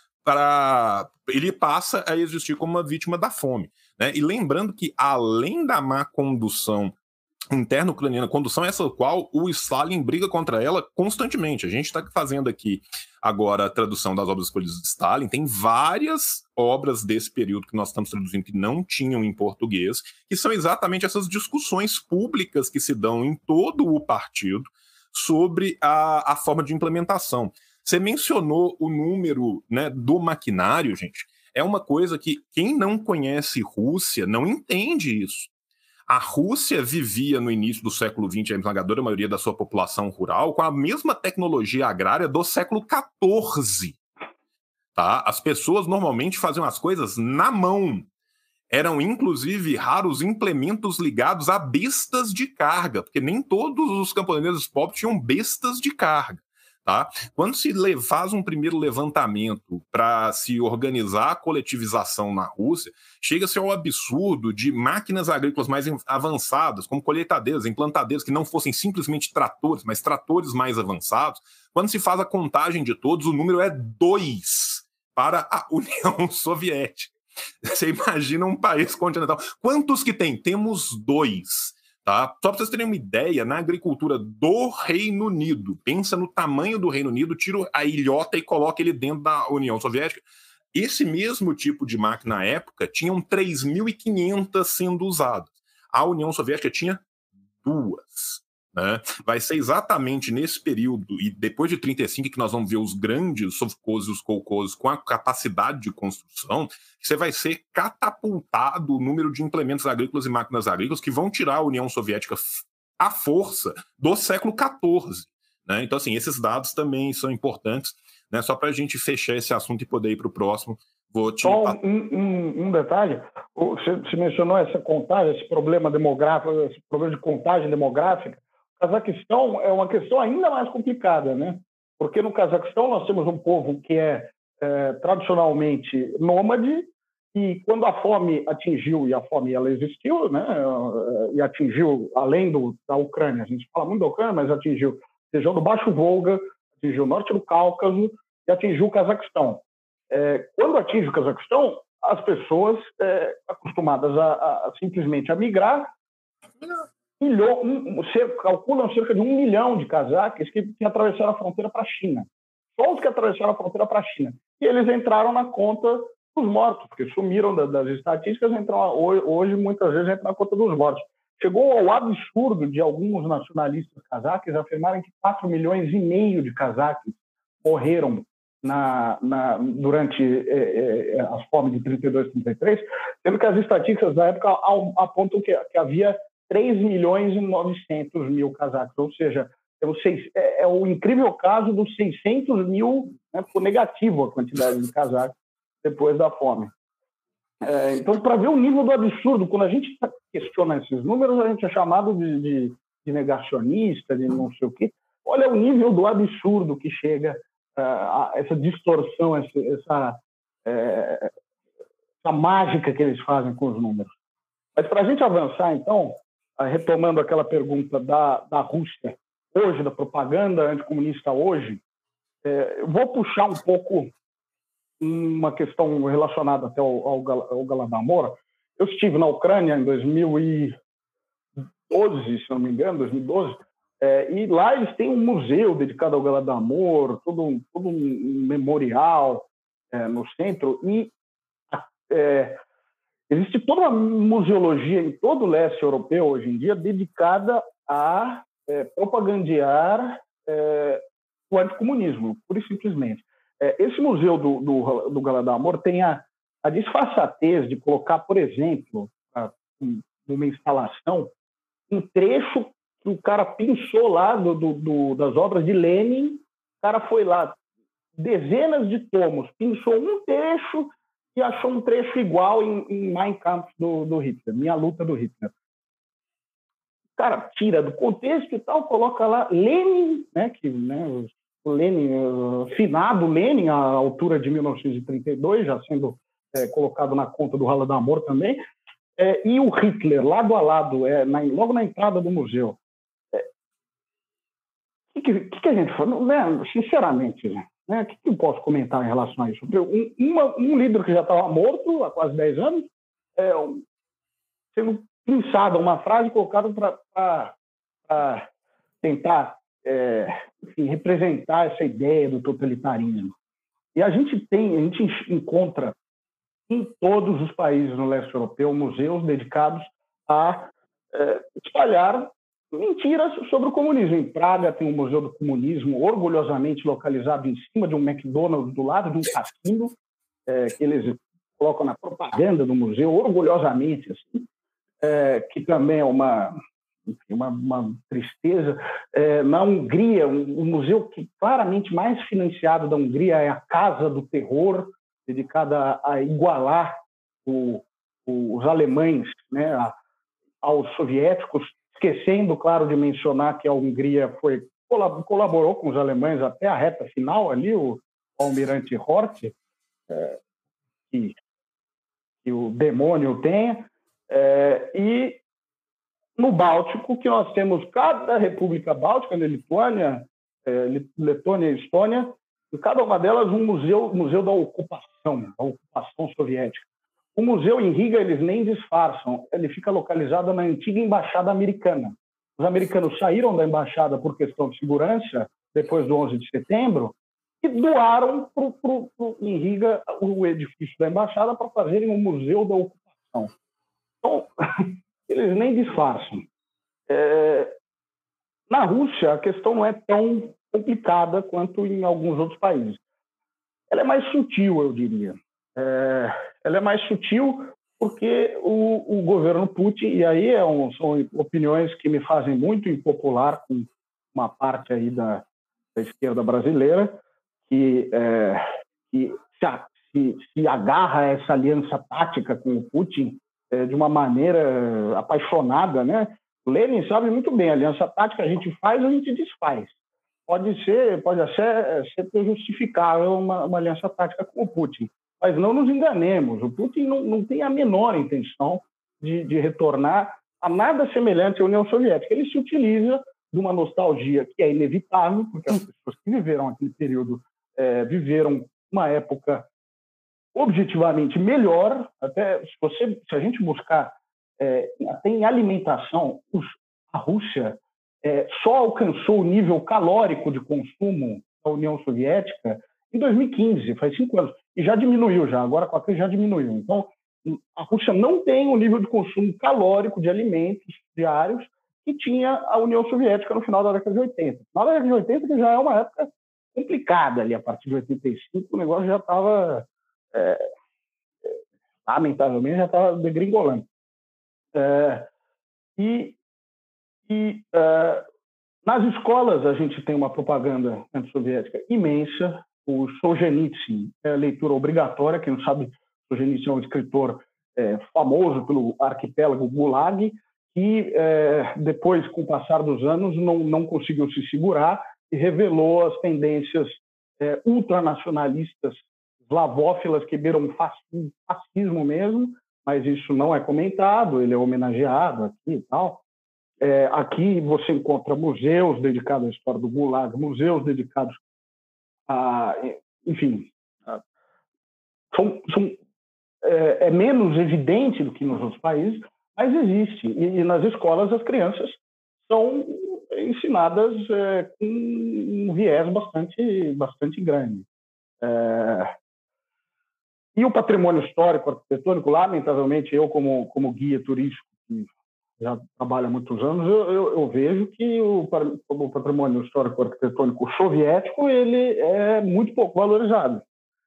ele passa a existir como uma vítima da fome, né? E lembrando que, além da má condução interna ucraniana, condução essa qual o Stalin briga contra ela constantemente. A gente está fazendo aqui agora a tradução das obras escolhidas de Stalin, tem várias obras desse período que nós estamos traduzindo que não tinham em português, que são exatamente essas discussões públicas que se dão em todo o partido sobre a forma de implementação. Você mencionou o número, né, do maquinário, gente. É uma coisa que quem não conhece Rússia não entende isso. A Rússia vivia no início do século XX, a esmagadora maioria da sua população rural, com a mesma tecnologia agrária do século XIV. Tá? As pessoas normalmente faziam as coisas na mão. Eram, inclusive, raros implementos ligados a bestas de carga, porque nem todos os camponeses pobres tinham bestas de carga. Tá? Quando se faz um primeiro levantamento para se organizar a coletivização na Rússia, chega-se ao absurdo de máquinas agrícolas mais avançadas, como colheitadeiras, implantadeiras, que não fossem simplesmente tratores, mas tratores mais avançados. Quando se faz a contagem de todos, o número é 2 para a União Soviética. Você imagina um país continental. Quantos que tem? Temos 2. Tá? Só para vocês terem uma ideia, na agricultura do Reino Unido, pensa no tamanho do Reino Unido, tira a ilhota e coloca ele dentro da União Soviética. Esse mesmo tipo de máquina na época tinham 3.500 sendo usadas. A União Soviética tinha 2. Né? Vai ser exatamente nesse período, e depois de 1935, que nós vamos ver os grandes sovkhozes e os kolkhozes com a capacidade de construção, que você vai ser catapultado o número de implementos agrícolas e máquinas agrícolas que vão tirar a União Soviética à força do século XIV. Né? Então, assim, esses dados também são importantes, né? Só para a gente fechar esse assunto e poder ir para o próximo. Só um detalhe, você mencionou essa contagem, esse problema demográfico, esse problema de contagem demográfica. O Cazaquistão é uma questão ainda mais complicada, né? Porque no Cazaquistão nós temos um povo que é tradicionalmente nômade, e quando a fome atingiu, e a fome ela existiu, né? E atingiu, além da Ucrânia, a gente fala muito da Ucrânia, mas atingiu a região do Baixo Volga, atingiu o norte do Cáucaso e atingiu o Cazaquistão. Quando atinge o Cazaquistão, as pessoas acostumadas a simplesmente a migrar, calculam cerca de 1 milhão de cazaques que atravessaram a fronteira para a China. Só os que atravessaram a fronteira para a China. E eles entraram na conta dos mortos, porque sumiram das estatísticas, hoje muitas vezes entram na conta dos mortos. Chegou ao absurdo de alguns nacionalistas cazaques afirmarem que 4,5 milhões de cazaques morreram durante as fomes de 32 e 33, sendo que as estatísticas da época apontam que havia 3.900.000 cazaques, ou seja, é o incrível caso dos 600 mil, né, ficou negativo a quantidade de cazaques depois da fome. Então, para ver o nível do absurdo, quando a gente questiona esses números, a gente é chamado de negacionista, de não sei o quê. Olha o nível do absurdo que chega essa distorção, essa mágica que eles fazem com os números. Mas para a gente avançar, então, retomando aquela pergunta da Rússia hoje, da propaganda anticomunista hoje, eu vou puxar um pouco uma questão relacionada até ao Galadomor. Eu estive na Ucrânia em 2012, se não me engano, 2012, e lá eles têm um museu dedicado ao Galadomor, todo um memorial no centro, e existe toda uma museologia em todo o leste europeu hoje em dia dedicada a propagandear o anticomunismo, pura e simplesmente. Esse museu do Galadomor tem a disfarçatez de colocar, por exemplo, numa instalação, um trecho que o cara pinçou lá das obras de Lenin. O cara foi lá, dezenas de tomos, pinçou um trecho e achou um trecho igual em Mein Kampf do Hitler, Minha Luta do Hitler. O cara tira do contexto e tal, coloca lá Lenin, né, o Lenin, finado Lenin, à altura de 1932, já sendo colocado na conta do Holodomor também, e o Hitler, lado a lado, logo na entrada do museu. O que a gente fala? Sinceramente, né, o que eu posso comentar em relação a isso? Um líder que já estava morto há quase 10 anos, sendo pinçada uma frase colocada para tentar representar essa ideia do totalitarismo. E a gente encontra em todos os países no leste europeu museus dedicados a espalhar mentiras sobre o comunismo. Em Praga tem um museu do comunismo orgulhosamente localizado em cima de um McDonald's, do lado de um cassino, que eles colocam na propaganda do museu, orgulhosamente, assim, que também é uma tristeza. Na Hungria, o museu que claramente mais financiado da Hungria é a Casa do Terror, dedicada a igualar os alemães, né, aos soviéticos, esquecendo, claro, de mencionar que a Hungria colaborou com os alemães até a reta final ali, o almirante Horthy, que o demônio tenha, e no Báltico, que nós temos cada república báltica, Lituânia, Letônia e Estônia, em cada uma delas um museu da ocupação soviética. O museu em Riga, eles nem disfarçam, ele fica localizado na antiga embaixada americana. Os americanos saíram da embaixada por questão de segurança, depois do 11 de setembro, e doaram em Riga o edifício da embaixada para fazerem um museu da ocupação. Então, eles nem disfarçam. Na Rússia, a questão não é tão complicada quanto em alguns outros países. Ela é mais sutil, eu diria. Ela é mais sutil porque o governo Putin, e aí são opiniões que me fazem muito impopular com uma parte aí da esquerda brasileira, que se agarra a essa aliança tática com o Putin de uma maneira apaixonada, né? O Lenin sabe muito bem, a aliança tática a gente faz, a gente desfaz. Pode até ser justificável uma aliança tática com o Putin, mas não nos enganemos, o Putin não tem a menor intenção de retornar a nada semelhante à União Soviética. Ele se utiliza de uma nostalgia que é inevitável, porque as pessoas que viveram aquele período viveram uma época objetivamente melhor. Até se a gente buscar até em alimentação, a Rússia só alcançou o nível calórico de consumo da União Soviética em 2015, faz 5 anos, e já diminuiu, agora com a crise já diminuiu. Então, a Rússia não tem o nível de consumo calórico de alimentos diários que tinha a União Soviética no final da década de 80. No final da década de 80, que já é uma época complicada ali, a partir de 85, o negócio já estava, lamentavelmente, já estava degringolando. Nas escolas a gente tem uma propaganda antissoviética imensa. O Solzhenitsyn é leitura obrigatória. Quem não sabe, Solzhenitsyn é um escritor famoso pelo arquipélago Gulag, que depois, com o passar dos anos, não conseguiu se segurar e revelou as tendências ultranacionalistas eslavófilas que beiram fascismo mesmo, mas isso não é comentado, ele é homenageado aqui e tal. Aqui você encontra museus dedicados à história do Gulag, museus dedicados a... Enfim, é menos evidente do que nos outros países, mas existe. E nas escolas as crianças são ensinadas com um viés bastante grande. E o patrimônio histórico arquitetônico, lamentavelmente, eu como guia turístico, que já trabalho há muitos anos, eu vejo que o patrimônio histórico arquitetônico soviético ele é muito pouco valorizado.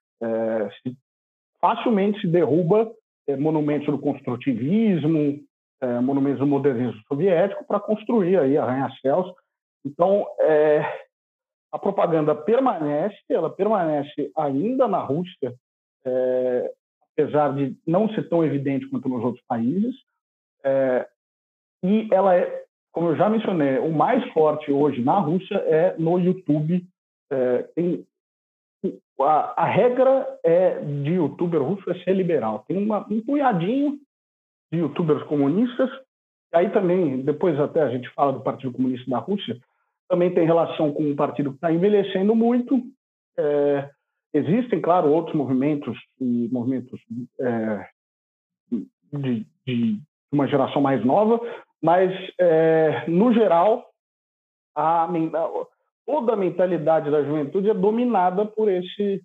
Facilmente se derruba monumentos do construtivismo, monumentos do modernismo soviético para construir aí arranha-céus. Então, a propaganda ela permanece ainda na Rússia, apesar de não ser tão evidente quanto nos outros países, e ela como eu já mencionei, o mais forte hoje na Rússia é no YouTube. A regra de youtuber russo é ser liberal. Tem um punhadinho de youtubers comunistas, aí também, depois até a gente fala do Partido Comunista da Rússia, também tem relação com um partido que está envelhecendo muito. Existem, claro, outros movimentos de uma geração mais nova, mas, no geral, toda a mentalidade da juventude é dominada por esse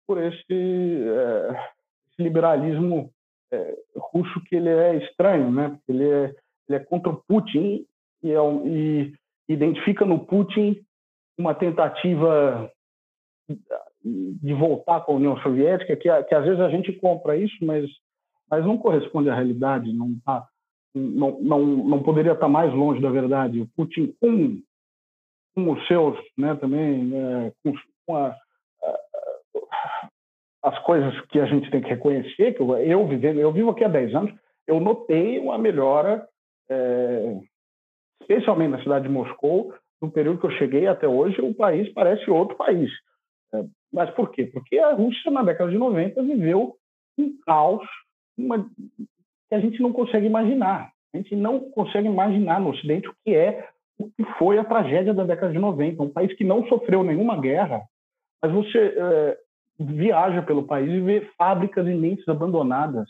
liberalismo russo, que ele é estranho, né? Porque ele é contra o Putin e identifica no Putin uma tentativa de voltar com a União Soviética, que às vezes a gente compra isso, mas não corresponde à realidade, não poderia estar mais longe da verdade. O Putin, com os seus, né, também, com as coisas que a gente tem que reconhecer, que eu vivo aqui há 10 anos, eu notei uma melhora, especialmente na cidade de Moscou. No período que eu cheguei até hoje, o país parece outro país. Mas por quê? Porque a Rússia, na década de 90, viveu um caos que a gente não consegue imaginar. A gente não consegue imaginar no Ocidente o que foi a tragédia da década de 90. Um país que não sofreu nenhuma guerra, mas você viaja pelo país e vê fábricas imensas abandonadas.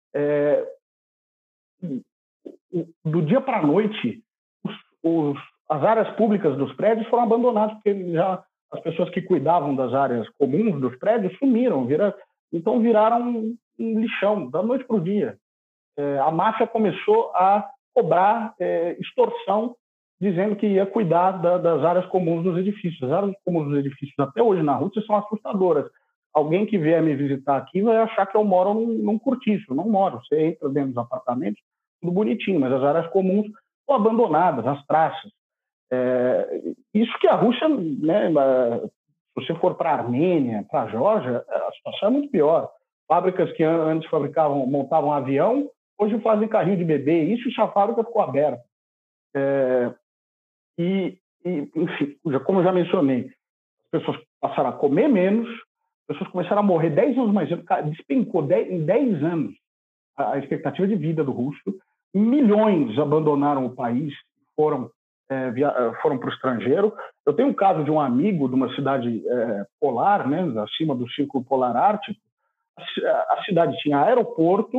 Do dia para a noite, as áreas públicas dos prédios foram abandonadas, porque as pessoas que cuidavam das áreas comuns dos prédios sumiram, então viraram um lixão, da noite para o dia. A máfia começou a cobrar extorsão, dizendo que ia cuidar das áreas comuns dos edifícios. As áreas comuns dos edifícios até hoje na Rússia são assustadoras. Alguém que vier me visitar aqui vai achar que eu moro num cortiço. Eu não moro. Você entra dentro dos apartamentos, tudo bonitinho, mas as áreas comuns estão abandonadas, as praças. Isso que a Rússia, né, se você for para a Armênia, para a Geórgia, a situação é muito pior. Fábricas que antes montavam avião, hoje fazem carrinho de bebê. Isso se a fábrica ficou aberta. Enfim, como eu já mencionei, as pessoas passaram a comer menos, as pessoas começaram a morrer 10 anos mais cedo, despencou em 10 anos a expectativa de vida do russo. Milhões abandonaram o país, foram para o estrangeiro. Eu tenho um caso de um amigo de uma cidade polar, né, acima do Círculo Polar Ártico. A cidade tinha aeroporto,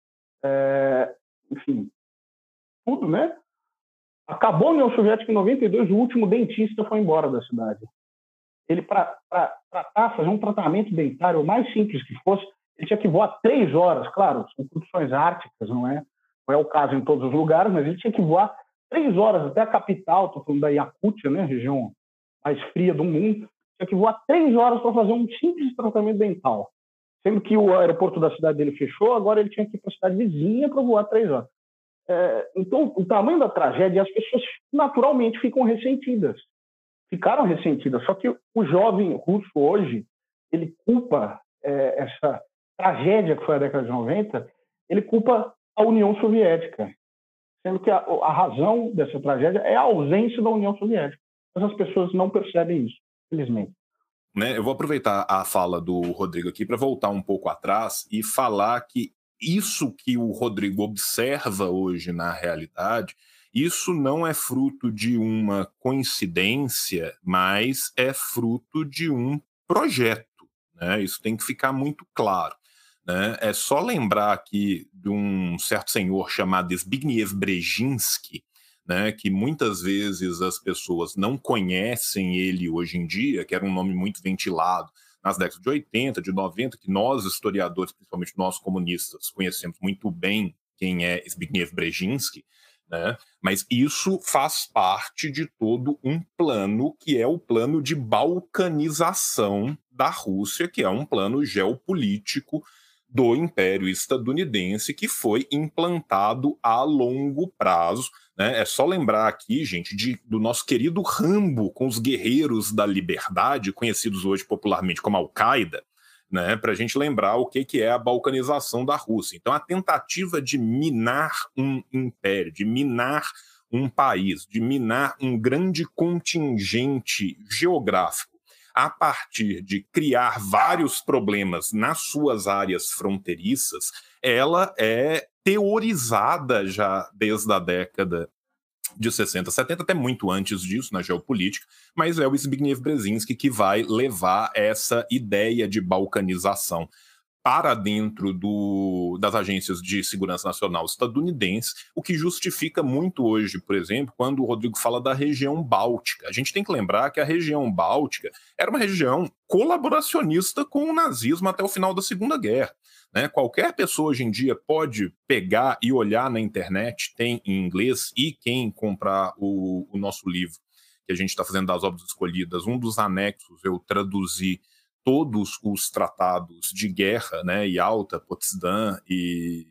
enfim, tudo, né? Acabou a União Soviética em 92, o último dentista foi embora da cidade. Ele, para fazer um tratamento dentário o mais simples que fosse, ele tinha que voar 3 horas. Claro, são condições árticas, não é o caso em todos os lugares, mas ele tinha que voar 3 horas até a capital, estou falando da Iacútia, né, região mais fria do mundo. Tinha que voar 3 horas para fazer um simples tratamento dental. Sendo que o aeroporto da cidade dele fechou, agora ele tinha que ir para a cidade vizinha para voar 3 horas. Então, o tamanho da tragédia, as pessoas naturalmente ficam ressentidas. Ficaram ressentidas. Só que o jovem russo hoje, ele culpa essa tragédia que foi a década de 90, ele culpa a União Soviética. Sendo que a razão dessa tragédia é a ausência da União Soviética. Mas as pessoas não percebem isso, felizmente. Eu vou aproveitar a fala do Rodrigo aqui para voltar um pouco atrás e falar que isso que o Rodrigo observa hoje na realidade, isso não é fruto de uma coincidência, mas é fruto de um projeto, né? Isso tem que ficar muito claro, né? É só lembrar aqui de um certo senhor chamado Zbigniew Brzezinski, né, que muitas vezes as pessoas não conhecem ele hoje em dia, que era um nome muito ventilado nas décadas de 80, de 90, que nós, historiadores, principalmente nós comunistas, conhecemos muito bem quem é Zbigniew Brzezinski, né? Mas isso faz parte de todo um plano, que é o plano de balcanização da Rússia, que é um plano geopolítico do Império Estadunidense, que foi implantado a longo prazo, né? É só lembrar aqui, gente, do nosso querido Rambo com os Guerreiros da Liberdade, conhecidos hoje popularmente como Al-Qaeda, né? Para a gente lembrar o que é a balcanização da Rússia. Então, a tentativa de minar um império, de minar um país, de minar um grande contingente geográfico, a partir de criar vários problemas nas suas áreas fronteiriças, ela é teorizada já desde a década de 60, 70, até muito antes disso, na geopolítica, mas é o Zbigniew Brzezinski que vai levar essa ideia de balcanização para dentro das agências de segurança nacional estadunidenses, o que justifica muito hoje, por exemplo, quando o Rodrigo fala da região báltica. A gente tem que lembrar que a região báltica era uma região colaboracionista com o nazismo até o final da Segunda Guerra, né? Qualquer pessoa hoje em dia pode pegar e olhar na internet, tem em inglês, e quem comprar o nosso livro, que a gente está fazendo das obras escolhidas, um dos anexos eu traduzi todos os tratados de guerra, né, Yalta, Potsdam e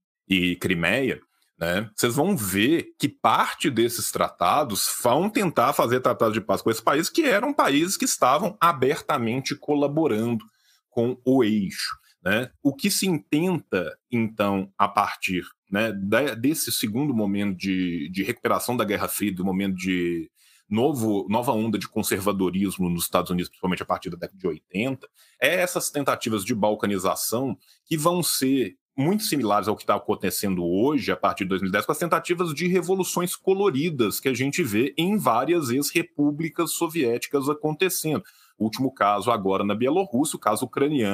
Crimeia, né, vocês vão ver que parte desses tratados vão tentar fazer tratados de paz com esses países, que eram países que estavam abertamente colaborando com o eixo, né? O que se intenta, então, a partir, né, desse segundo momento de recuperação da Guerra Fria, do momento de nova onda de conservadorismo nos Estados Unidos, principalmente a partir da década de 80, é essas tentativas de balcanização que vão ser muito similares ao que está acontecendo hoje, a partir de 2010, com as tentativas de revoluções coloridas que a gente vê em várias ex-repúblicas soviéticas acontecendo. O último caso agora na Bielorrússia, o caso ucraniano,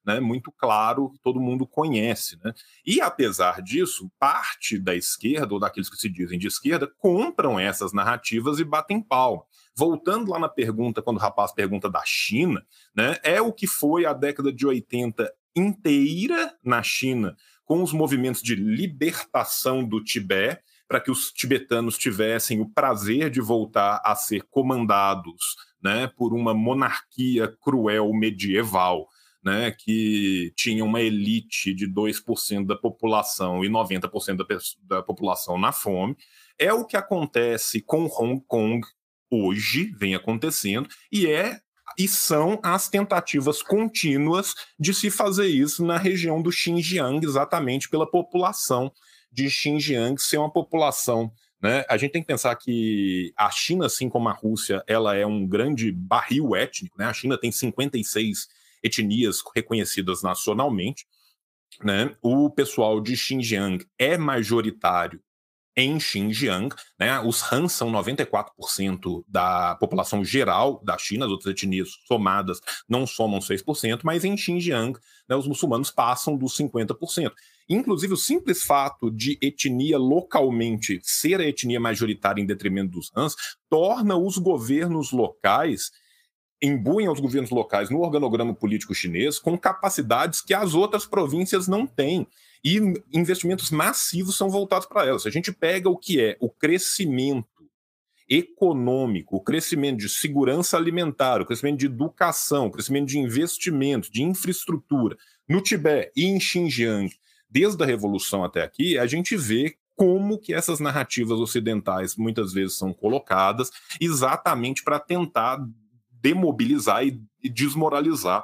né, muito claro, todo mundo conhece. Né? E, apesar disso, parte da esquerda, ou daqueles que se dizem de esquerda, compram essas narrativas e batem palma. Voltando lá na pergunta, quando o rapaz pergunta da China, né, é o que foi a década de 80 inteira na China, com os movimentos de libertação do Tibete, para que os tibetanos tivessem o prazer de voltar a ser comandados, né, por uma monarquia cruel medieval, né, que tinha uma elite de 2% da população e 90% da população na fome. É o que acontece com Hong Kong hoje, vem acontecendo, e são as tentativas contínuas de se fazer isso na região do Xinjiang, exatamente pela população de Xinjiang ser uma população, né? A gente tem que pensar que a China, assim como a Rússia, ela é um grande barril étnico, né? A China tem 56 etnias reconhecidas nacionalmente, né? O pessoal de Xinjiang é majoritário em Xinjiang, né? Os Han são 94% da população geral da China, as outras etnias somadas não somam 6%, mas em Xinjiang, né, os muçulmanos passam dos 50%. Inclusive, o simples fato de etnia localmente ser a etnia majoritária em detrimento dos Hans torna os governos locais, imbuem aos governos locais no organograma político chinês com capacidades que as outras províncias não têm. E investimentos massivos são voltados para elas. Se a gente pega o que é o crescimento econômico, o crescimento de segurança alimentar, o crescimento de educação, o crescimento de investimento, de infraestrutura no Tibete e em Xinjiang, desde a Revolução até aqui, a gente vê como que essas narrativas ocidentais muitas vezes são colocadas exatamente para tentar demobilizar e desmoralizar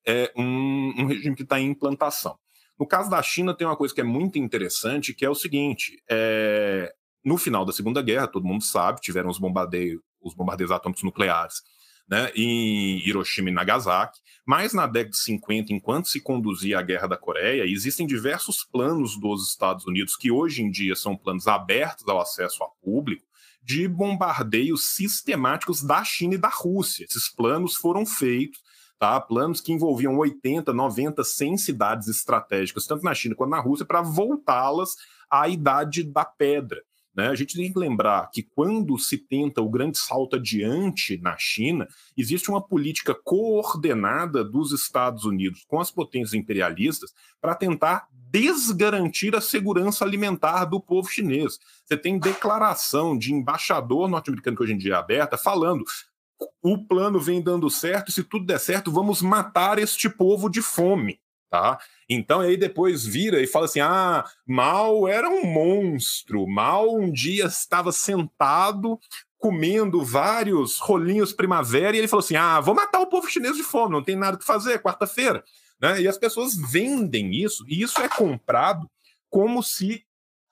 um regime que está em implantação. No caso da China, tem uma coisa que é muito interessante, que é o seguinte: no final da Segunda Guerra, todo mundo sabe, tiveram os bombardeios atômicos nucleares, né, em Hiroshima e Nagasaki, mas na década de 50, enquanto se conduzia a Guerra da Coreia, existem diversos planos dos Estados Unidos, que hoje em dia são planos abertos ao acesso ao público, de bombardeios sistemáticos da China e da Rússia. Esses planos foram feitos, tá? Planos que envolviam 80, 90, 100 cidades estratégicas, tanto na China quanto na Rússia, para voltá-las à idade da pedra. Né? A gente tem que lembrar que quando se tenta o grande salto adiante na China, existe uma política coordenada dos Estados Unidos com as potências imperialistas para tentar desgarantir a segurança alimentar do povo chinês. Você tem declaração de embaixador norte-americano, que hoje em dia é aberta, falando: o plano vem dando certo, e se tudo der certo, vamos matar este povo de fome. Tá? Então aí depois vira e fala assim: Mao era um monstro, Mao um dia estava sentado comendo vários rolinhos primavera e ele falou assim: vou matar o povo chinês de fome, não tem nada que fazer, é quarta-feira. Né? E as pessoas vendem isso, e isso é comprado como se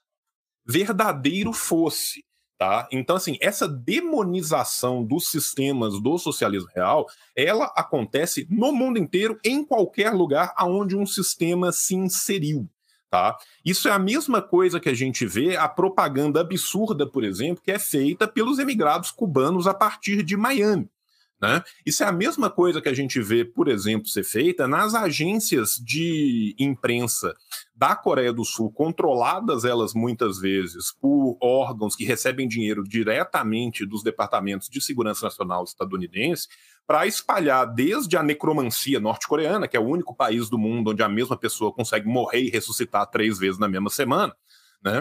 verdadeiro fosse. Tá? Então, assim, essa demonização dos sistemas do socialismo real, ela acontece no mundo inteiro, em qualquer lugar onde um sistema se inseriu. Tá? Isso é a mesma coisa que a gente vê a propaganda absurda, por exemplo, que é feita pelos emigrados cubanos a partir de Miami. Né? Isso é a mesma coisa que a gente vê, por exemplo, ser feita nas agências de imprensa da Coreia do Sul, controladas elas muitas vezes por órgãos que recebem dinheiro diretamente dos departamentos de segurança nacional estadunidense, para espalhar desde a necromancia norte-coreana, que é o único país do mundo onde a mesma pessoa consegue morrer e ressuscitar 3 vezes na mesma semana, né?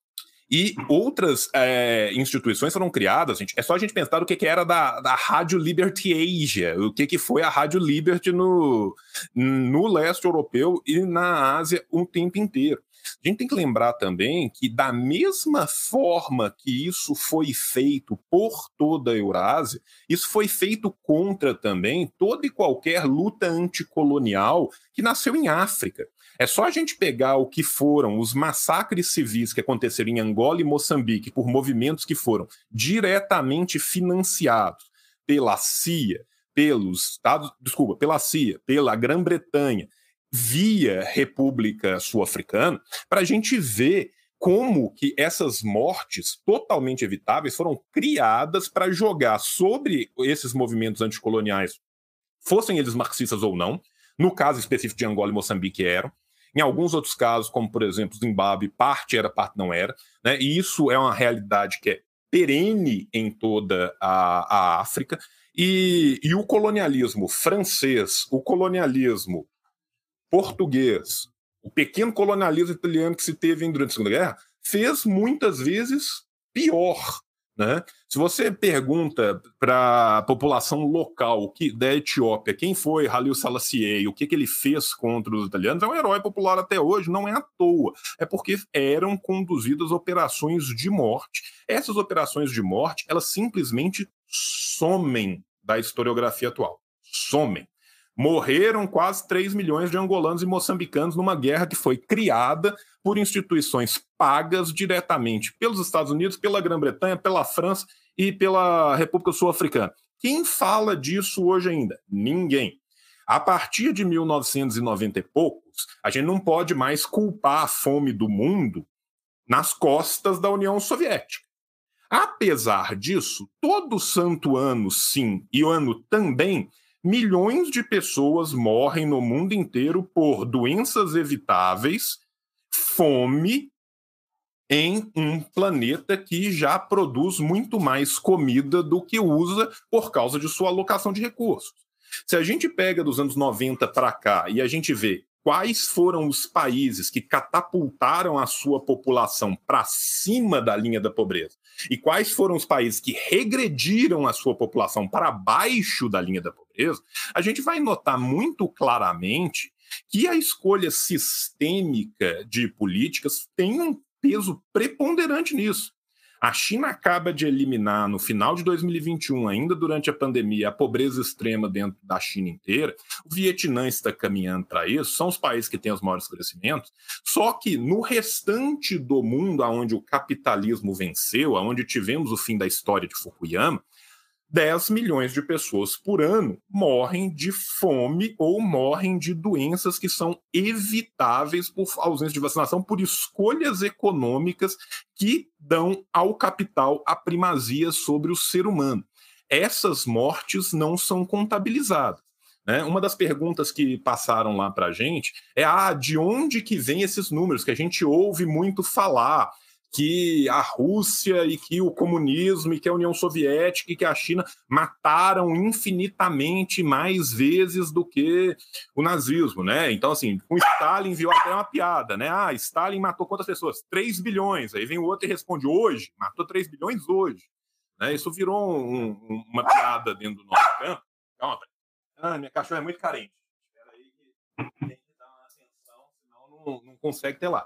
E outras instituições foram criadas, gente. É só a gente pensar o que era da Rádio Liberty Asia, o que foi a Rádio Liberty no leste europeu e na Ásia o tempo inteiro. A gente tem que lembrar também que, da mesma forma que isso foi feito por toda a Eurásia, isso foi feito contra também toda e qualquer luta anticolonial que nasceu em África. É só a gente pegar o que foram os massacres civis que aconteceram em Angola e Moçambique por movimentos que foram diretamente financiados pela CIA, pela CIA, pela Grã-Bretanha, via República Sul-Africana, para a gente ver como que essas mortes totalmente evitáveis foram criadas para jogar sobre esses movimentos anticoloniais, fossem eles marxistas ou não, No caso específico de Angola e Moçambique eram. Em alguns outros casos, como por exemplo Zimbábue, parte era, parte não era, né? E isso é uma realidade que é perene em toda a África. E o colonialismo francês, o colonialismo português, o pequeno colonialismo italiano que se teve durante a Segunda Guerra, fez muitas vezes pior. Né? Se você pergunta para a população local da Etiópia quem foi Haile Selassie, o que ele fez contra os italianos, é um herói popular até hoje, não é à toa. É porque eram conduzidas operações de morte. Essas operações de morte, elas simplesmente somem da historiografia atual. Somem. Morreram quase 3 milhões de angolanos e moçambicanos numa guerra que foi criada por instituições pagas diretamente pelos Estados Unidos, pela Grã-Bretanha, pela França e pela República Sul-Africana. Quem fala disso hoje ainda? Ninguém. A partir de 1990 e poucos, a gente não pode mais culpar a fome do mundo nas costas da União Soviética. Apesar disso, todo santo ano, sim, e o ano também, milhões de pessoas morrem no mundo inteiro por doenças evitáveis, fome, em um planeta que já produz muito mais comida do que usa por causa de sua alocação de recursos. Se a gente pega dos anos 90 para cá e a gente vê quais foram os países que catapultaram a sua população para cima da linha da pobreza e quais foram os países que regrediram a sua população para baixo da linha da pobreza, a gente vai notar muito claramente que a escolha sistêmica de políticas tem um peso preponderante nisso. A China acaba de eliminar, no final de 2021, ainda durante a pandemia, a pobreza extrema dentro da China inteira. O Vietnã está caminhando para isso, são os países que têm os maiores crescimentos. Só que no restante do mundo, onde o capitalismo venceu, onde tivemos o fim da história de Fukuyama, 10 milhões de pessoas por ano morrem de fome ou morrem de doenças que são evitáveis por ausência de vacinação, por escolhas econômicas que dão ao capital a primazia sobre o ser humano. Essas mortes não são contabilizadas. Né? Uma das perguntas que passaram lá para a gente é de onde que vem esses números que a gente ouve muito falar, que a Rússia e que o comunismo e que a União Soviética e que a China mataram infinitamente mais vezes do que o nazismo, né? Então, assim, o Stalin viu até uma piada, né? Stalin matou quantas pessoas? 3 bilhões. Aí vem o outro e responde, hoje? Matou 3 bilhões hoje. Né? Isso virou uma piada dentro do nosso campo. Calma, minha cachorra é muito carente. Espera aí que tem que dar uma atenção, senão não consegue ter lá.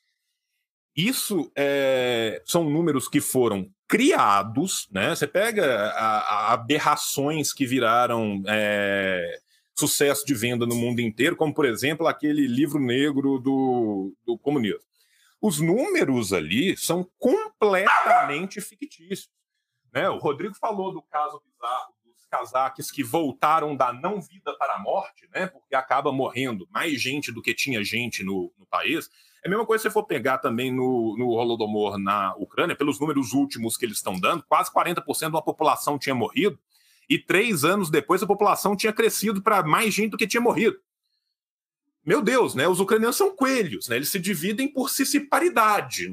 Isso são números que foram criados, né? Você pega aberrações que viraram sucesso de venda no mundo inteiro, como, por exemplo, aquele livro negro do comunismo. Os números ali são completamente fictícios. Né? O Rodrigo falou do caso bizarro dos cazaques que voltaram da não-vida para a morte, né? Porque acaba morrendo mais gente do que tinha gente no país. É a mesma coisa se você for pegar também no Holodomor na Ucrânia, pelos números últimos que eles estão dando, quase 40% da população tinha morrido, e 3 anos depois a população tinha crescido para mais gente do que tinha morrido. Meu Deus, né? Os ucranianos são coelhos, né? Eles se dividem por paridade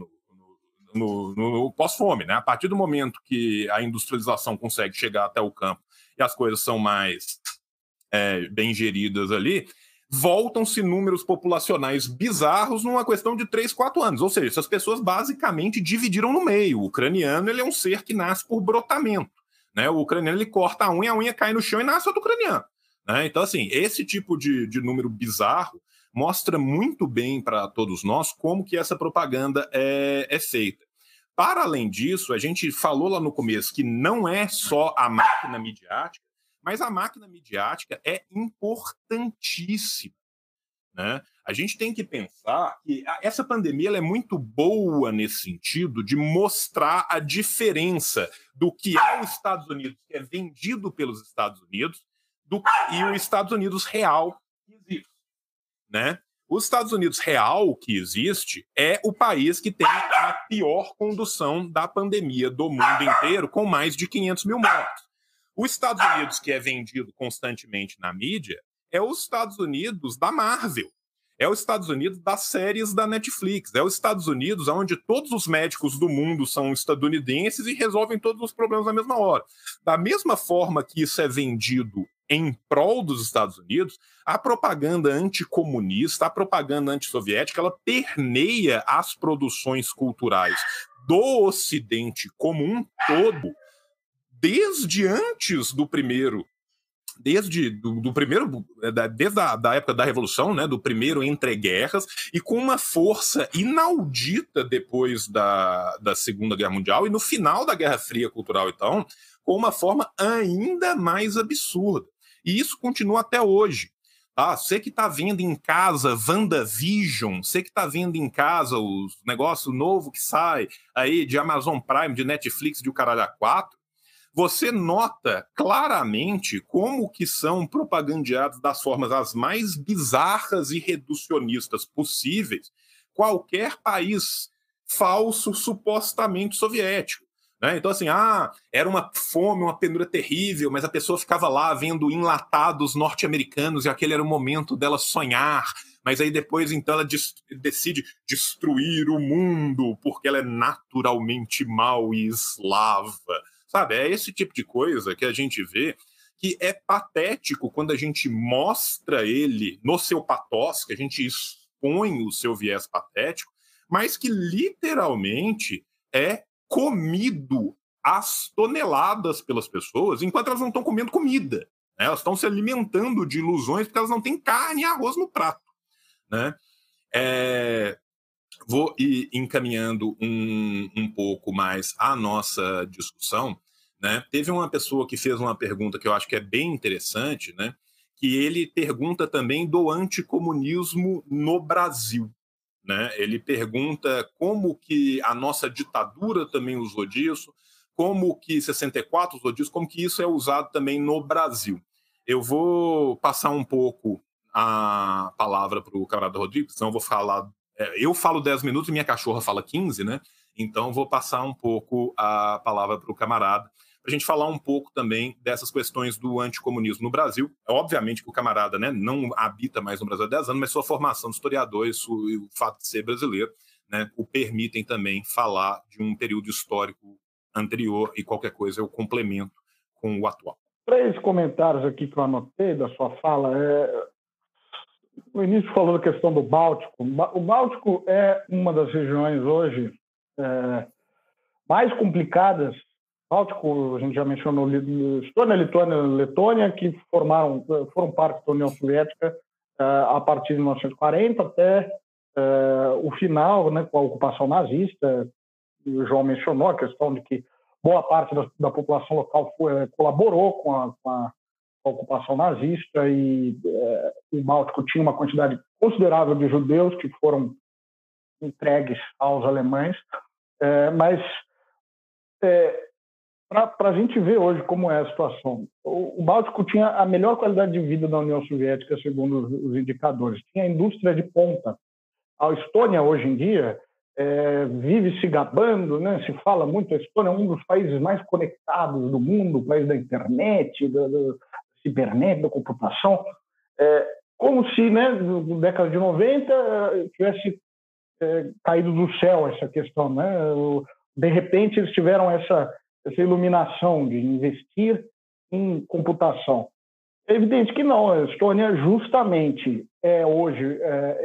no pós-fome, né? A partir do momento que a industrialização consegue chegar até o campo e as coisas são mais bem geridas ali, voltam-se números populacionais bizarros numa questão de 3, 4 anos. Ou seja, essas pessoas basicamente dividiram no meio. O ucraniano ele é um ser que nasce por brotamento. Né? O ucraniano ele corta a unha cai no chão e nasce outro ucraniano. Né? Então, assim, esse tipo de número bizarro mostra muito bem para todos nós como que essa propaganda é feita. Para além disso, a gente falou lá no começo que não é só a máquina midiática, mas a máquina midiática é importantíssima. Né? A gente tem que pensar que essa pandemia ela é muito boa nesse sentido de mostrar a diferença do que é os Estados Unidos, que é vendido pelos Estados Unidos, e o Estados Unidos real que existe. Né? Os Estados Unidos real que existe é o país que tem a pior condução da pandemia do mundo inteiro, com mais de 500 mil mortos. Os Estados Unidos, que é vendido constantemente na mídia, é os Estados Unidos da Marvel. É os Estados Unidos das séries da Netflix. É os Estados Unidos onde todos os médicos do mundo são estadunidenses e resolvem todos os problemas na mesma hora. Da mesma forma que isso é vendido em prol dos Estados Unidos, a propaganda anticomunista, a propaganda antissoviética, ela permeia as produções culturais do Ocidente como um todo, desde antes do primeiro desde a época da Revolução, né, do primeiro entreguerras, e com uma força inaudita depois da Segunda Guerra Mundial, e no final da Guerra Fria Cultural, então, com uma forma ainda mais absurda. E isso continua até hoje. Ah, você que está vendo em casa WandaVision, você que está vendo em casa os negócios novos que sai aí de Amazon Prime, de Netflix, de o caralho a quatro, você nota claramente como que são propagandeados das formas as mais bizarras e reducionistas possíveis qualquer país falso supostamente soviético. Né? Então, assim, era uma fome, uma penura terrível, mas a pessoa ficava lá vendo enlatados norte-americanos e aquele era o momento dela sonhar. Mas aí depois, então, ela decide destruir o mundo porque ela é naturalmente mau e eslava. Sabe, é esse tipo de coisa que a gente vê que é patético quando a gente mostra ele no seu pathos, que a gente expõe o seu viés patético, mas que literalmente é comido às toneladas pelas pessoas, enquanto elas não estão comendo comida. Né? Elas estão se alimentando de ilusões porque elas não têm carne e arroz no prato. Né? Vou ir encaminhando um pouco mais a nossa discussão. Né? Teve uma pessoa que fez uma pergunta que eu acho que é bem interessante, né? Que ele pergunta também do anticomunismo no Brasil. Né? Ele pergunta como que a nossa ditadura também usou disso, como que 64 usou disso, como que isso é usado também no Brasil. Eu vou passar um pouco a palavra para o camarada Rodrigo, senão eu vou falar... Eu falo 10 minutos e minha cachorra fala 15, né? Então vou passar um pouco a palavra para o camarada, para a gente falar um pouco também dessas questões do anticomunismo no Brasil. Obviamente que o camarada, né, não habita mais no Brasil há 10 anos, mas sua formação de historiador e o fato de ser brasileiro, né, o permitem também falar de um período histórico anterior e qualquer coisa eu complemento com o atual. 3 comentários aqui que eu anotei da sua fala. No início falou da questão do Báltico. O Báltico é uma das regiões hoje mais complicadas. Báltico, a gente já mencionou, Estônia, Lituânia e Letônia, que foram parte da União Soviética a partir de 1940 até o final, né, com a ocupação nazista. O João mencionou a questão de que boa parte da população local colaborou com a ocupação nazista, e o Báltico tinha uma quantidade considerável de judeus que foram entregues aos alemães, mas para a gente ver hoje como é a situação, o Báltico tinha a melhor qualidade de vida da União Soviética, segundo os indicadores, tinha indústria de ponta. A Estônia, hoje em dia, vive se gabando, né? Se fala muito, a Estônia é um dos países mais conectados do mundo, o país da internet, da cibernética, da computação, como se, né, na década de 90, tivesse caído do céu essa questão. Né? De repente, eles tiveram essa iluminação de investir em computação. É evidente que não, a Estônia justamente é hoje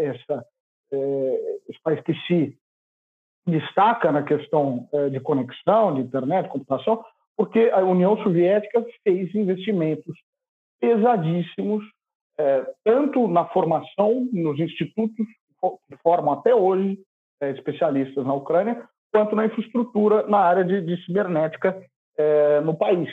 esse país que se destaca na questão de conexão, de internet, computação, porque a União Soviética fez investimentos pesadíssimos, tanto na formação, nos institutos que formam até hoje especialistas na Ucrânia, quanto na infraestrutura na área de cibernética no país.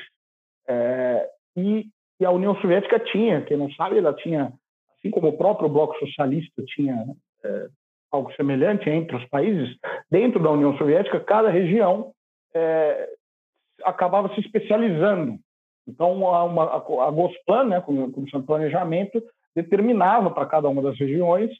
E a União Soviética tinha, quem não sabe, ela tinha, assim como o próprio Bloco Socialista tinha algo semelhante entre os países, dentro da União Soviética, cada região acabava se especializando. Então, a Gosplan, né, como Comissão de Planejamento, determinava para cada uma das regiões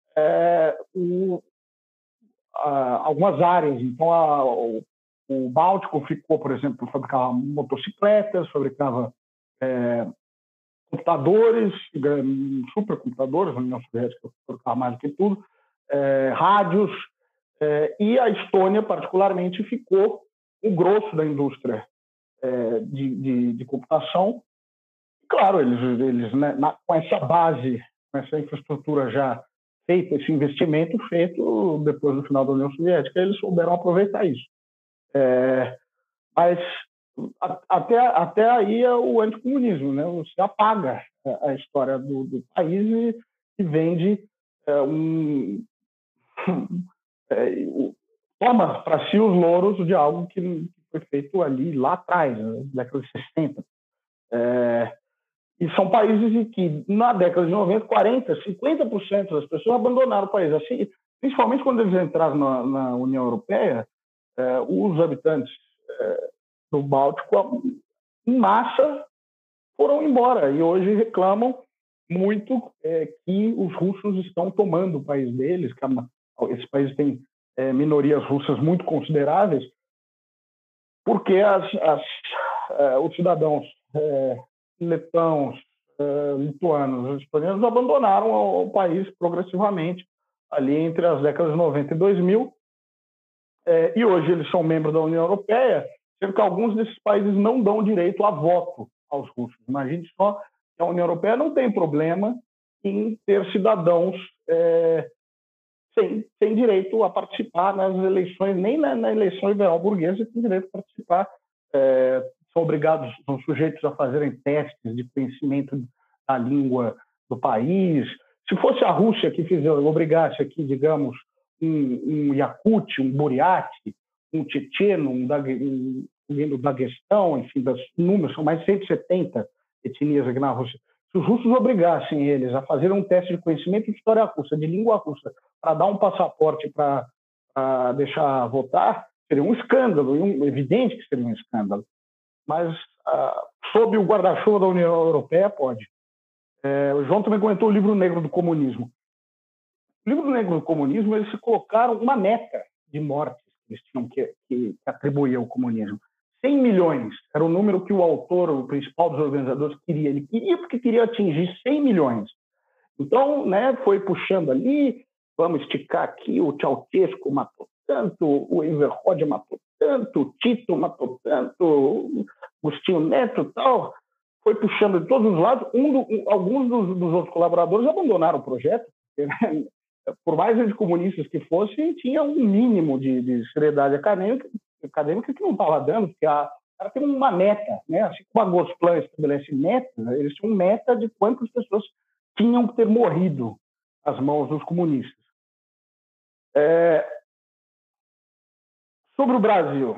algumas áreas. Então, o Báltico ficou, por exemplo, fabricava motocicletas, fabricava computadores, supercomputadores, a União Soviética colocava mais do que tudo, rádios, e a Estônia, particularmente, ficou o grosso da indústria de computação. Claro, eles né, com essa base, com essa infraestrutura já feita, esse investimento feito depois do final da União Soviética, eles souberam aproveitar isso. Mas até aí é o anticomunismo, né? Você apaga a história do país e vende toma para si os louros de algo que foi feito ali lá atrás, na década de 60. E são países em que, na década de 90, 40%, 50% das pessoas abandonaram o país. Assim, principalmente quando eles entraram na União Europeia, os habitantes do Báltico, em massa, foram embora. E hoje reclamam muito que os russos estão tomando o país deles, que esse país tem minorias russas muito consideráveis, porque os cidadãos letãos, lituanos, estonianos abandonaram o país progressivamente ali entre as décadas de 90 e 2000, e hoje eles são membros da União Europeia, sendo que alguns desses países não dão direito a voto aos russos. Imagine só que a União Europeia não tem problema em ter cidadãos sem direito a participar nas eleições, nem na eleição liberal burguesa tem direito a participar. São obrigados, são sujeitos a fazerem testes de conhecimento da língua do país. Se fosse a Rússia que obrigasse aqui, digamos, um Yakut, um Buriati, um Checheno, alguém do Daguestão, enfim, números, são mais de 170 etnias aqui na Rússia. Se os russos obrigassem eles a fazer um teste de conhecimento de história russa, de língua russa, para dar um passaporte para deixar votar, seria um escândalo, evidente que seria um escândalo. Mas, sob o guarda-chuva da União Europeia, pode. O João também comentou o Livro Negro do Comunismo. O Livro Negro do Comunismo, eles se colocaram uma meta de mortes que eles tinham que atribuir ao comunismo. 100 milhões era o número que o autor, o principal dos organizadores, queria. Ele queria porque queria atingir 100 milhões. Então, né, foi puxando ali, vamos esticar aqui, o Ceausescu matou tanto, o Enver Hoxha matou tanto, o Tito matou tanto, o Agostinho Neto e tal, foi puxando de todos os lados. Alguns dos outros colaboradores abandonaram o projeto, porque, né, por mais anticomunistas que fossem, tinha um mínimo de seriedade acadêmica que não estava dando, porque ela tem uma meta, né? Assim como a Gosplan estabelece metas, eles tinham meta de quantas pessoas tinham que ter morrido às mãos dos comunistas. Sobre o Brasil,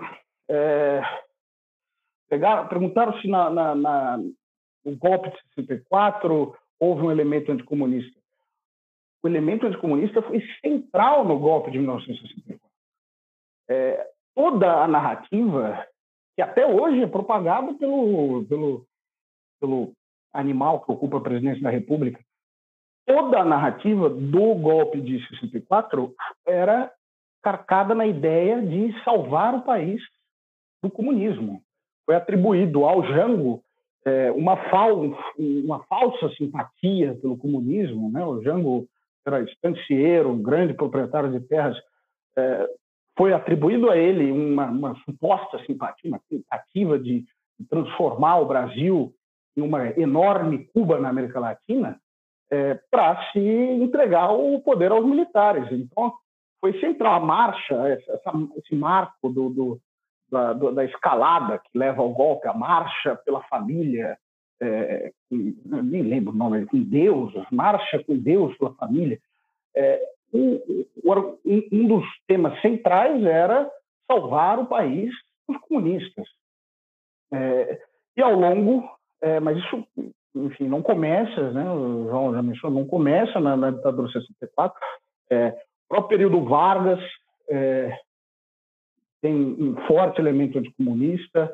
perguntaram se no golpe de 64 houve um elemento anticomunista. O elemento anticomunista foi central no golpe de 1964. Toda a narrativa, que até hoje é propagada pelo animal que ocupa a presidência da República, toda a narrativa do golpe de 64 era carcada na ideia de salvar o país do comunismo. Foi atribuído ao Jango uma falsa simpatia pelo comunismo, né? O Jango era estancieiro, um grande proprietário de terras. Foi atribuído a ele uma suposta simpatia, uma tentativa de transformar o Brasil em uma enorme Cuba na América Latina, para se entregar o poder aos militares. Então, foi central a marcha, esse marco da escalada que leva ao golpe, a marcha pela família, nem lembro o nome, com Deus, marcha com Deus pela família. Um dos temas centrais era salvar o país dos comunistas. E ao longo, mas isso, enfim, não começa, né? O João já mencionou, não começa na ditadura de 64. O próprio período Vargas tem um forte elemento anticomunista.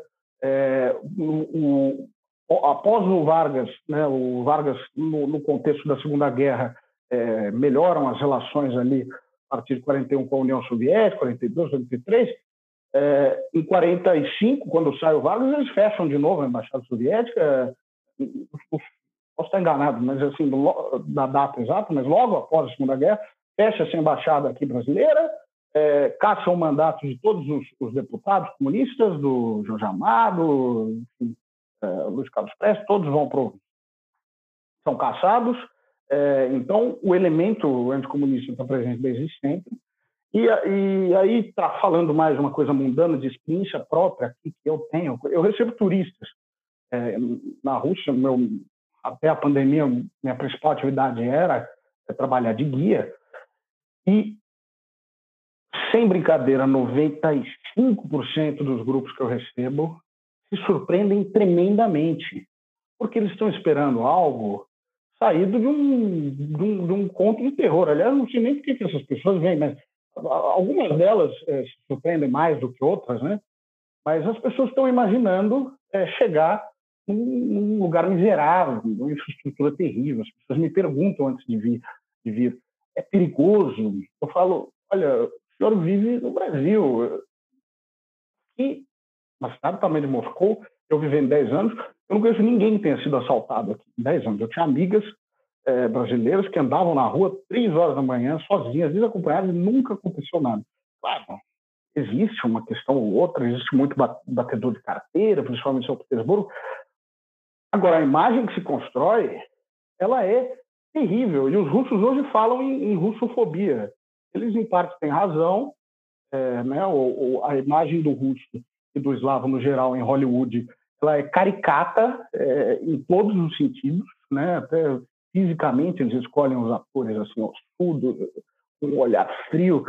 Após o Vargas, né, no contexto da Segunda Guerra, melhoram as relações ali a partir de 41 com a União Soviética, 42, 43. Em 45, quando sai o Vargas, eles fecham de novo a Embaixada Soviética. posso estar enganado, mas assim, da data exata, mas logo após a Segunda Guerra, fecha-se a embaixada aqui brasileira, caçam o mandato de todos os deputados comunistas, do Jorge Amado, enfim, Luiz Carlos Prestes, todos são caçados. Então, o elemento anticomunista está presente desde sempre. E aí está falando mais uma coisa mundana de experiência própria aqui que eu tenho. Eu recebo turistas na Rússia. Até a pandemia, minha principal atividade era trabalhar de guia. E, sem brincadeira, 95% dos grupos que eu recebo se surpreendem tremendamente, porque eles estão esperando algo saído de um conto de terror. Aliás, não sei nem por que essas pessoas vêm, mas algumas delas se surpreendem mais do que outras, né? Mas as pessoas estão imaginando chegar num lugar miserável, numa infraestrutura terrível. As pessoas me perguntam antes de vir, é perigoso? Eu falo, olha, o senhor vive no Brasil, e uma cidade do tamanho de Moscou, eu vivi em 10 anos, eu não conheço ninguém que tenha sido assaltado aqui em 10 anos. Eu tinha amigas brasileiras que andavam na rua 3 horas da manhã, sozinhas, desacompanhadas, e nunca aconteceu nada. Claro, existe uma questão ou outra, existe muito batedor de carteira, principalmente em São Petersburgo. Agora, a imagem que se constrói, ela é terrível. E os russos hoje falam em russofobia. Eles, em parte, têm razão. Né? A imagem do russo e do eslavo, no geral, em Hollywood, ela é caricata em todos os sentidos. Né? Até fisicamente, eles escolhem os atores assim, ossudos, com um olhar frio.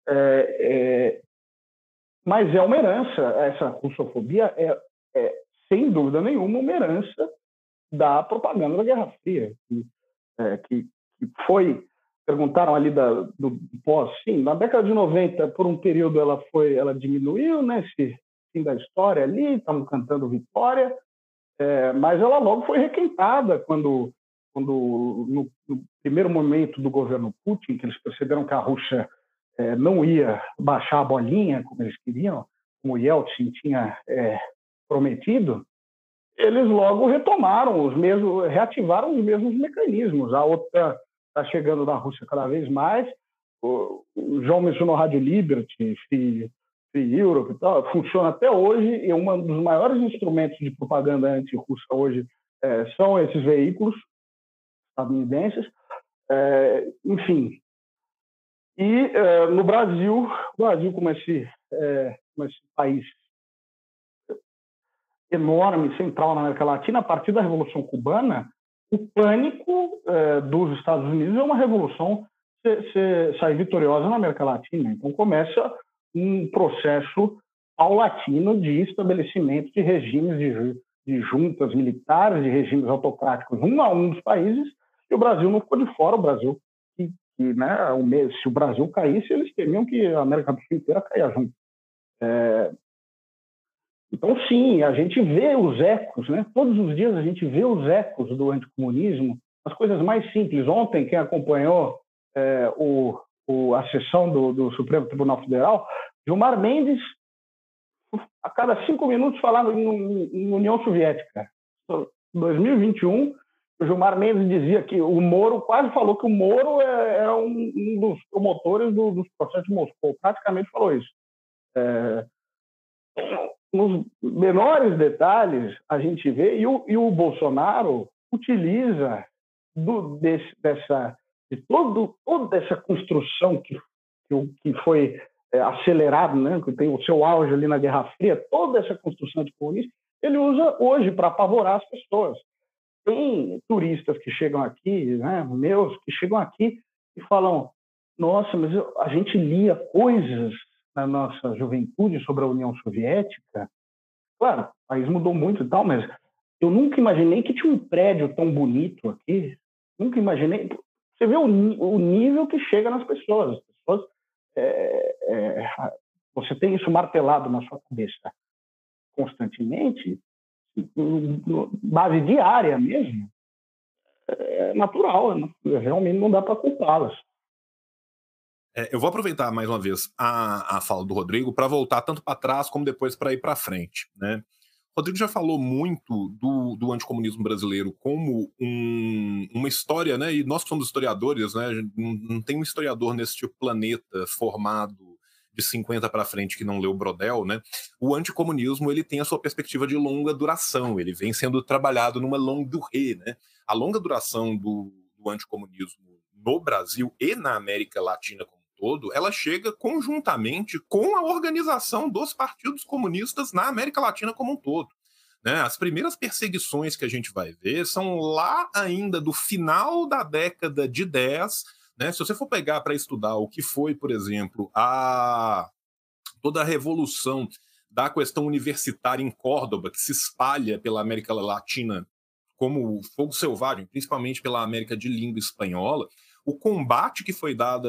Mas é uma herança. Essa russofobia é, sem dúvida nenhuma, uma herança da propaganda da Guerra Fria, que foi... Perguntaram ali do pós, sim, na década de 90, por um período ela diminuiu, né, esse fim da história ali, estavam cantando vitória, mas ela logo foi requentada quando no primeiro momento do governo Putin, que eles perceberam que a Rússia não ia baixar a bolinha como eles queriam, como Yeltsin tinha prometido, eles logo reativaram os mesmos mecanismos. A OTAN está chegando na Rússia cada vez mais. O João mencionou Rádio Liberty, Free Europe e tal, funciona até hoje, e um dos maiores instrumentos de propaganda anti-russa hoje são esses veículos estadunidenses. Enfim. E no Brasil como esse país enorme, central na América Latina, a partir da Revolução Cubana, o pânico dos Estados Unidos é uma revolução sair vitoriosa na América Latina. Então começa um processo paulatino de estabelecimento de regimes de juntas militares, de regimes autocráticos um a um dos países, e o Brasil não ficou de fora. O Brasil, né, se o Brasil caísse, eles temiam que a América do Sul inteira caia junto. Então, sim, a gente vê os ecos, né? Todos os dias a gente vê os ecos do anticomunismo, as coisas mais simples. Ontem, quem acompanhou a sessão do Supremo Tribunal Federal, Gilmar Mendes, a cada 5 minutos, falava em União Soviética. Em 2021, o Gilmar Mendes dizia que o Moro, quase falou que o Moro era um dos promotores dos processos de Moscou. Praticamente falou isso. Nos menores detalhes, a gente vê, e o Bolsonaro utiliza toda essa construção que foi acelerado, né, que tem o seu auge ali na Guerra Fria, toda essa construção de comunismo, ele usa hoje para apavorar as pessoas. Tem turistas que chegam aqui, né, meus, que chegam aqui e falam: nossa, mas a gente lia coisas na nossa juventude sobre a União Soviética. Claro, o país mudou muito e tal, mas eu nunca imaginei que tinha um prédio tão bonito aqui. Nunca imaginei. Você vê o nível que chega nas pessoas. As pessoas você tem isso martelado na sua cabeça constantemente, base diária mesmo. É natural, realmente não dá para culpá-las. Eu vou aproveitar mais uma vez a fala do Rodrigo para voltar tanto para trás como depois para ir para frente, né? Rodrigo já falou muito do anticomunismo brasileiro como uma história, né? E nós que somos historiadores, né? Não tem um historiador neste tipo planeta formado de 50 para frente que não leu Brodel, né? O anticomunismo ele tem a sua perspectiva de longa duração, ele vem sendo trabalhado numa longue durée, né? A longa duração do anticomunismo no Brasil e na América Latina como um todo, ela chega conjuntamente com a organização dos partidos comunistas na América Latina como um todo. Né? As primeiras perseguições que a gente vai ver são lá ainda do final da década de 10. Né? Se você for pegar para estudar o que foi, por exemplo, toda a revolução da questão universitária em Córdoba, que se espalha pela América Latina como fogo selvagem, principalmente pela América de língua espanhola, o combate que foi dado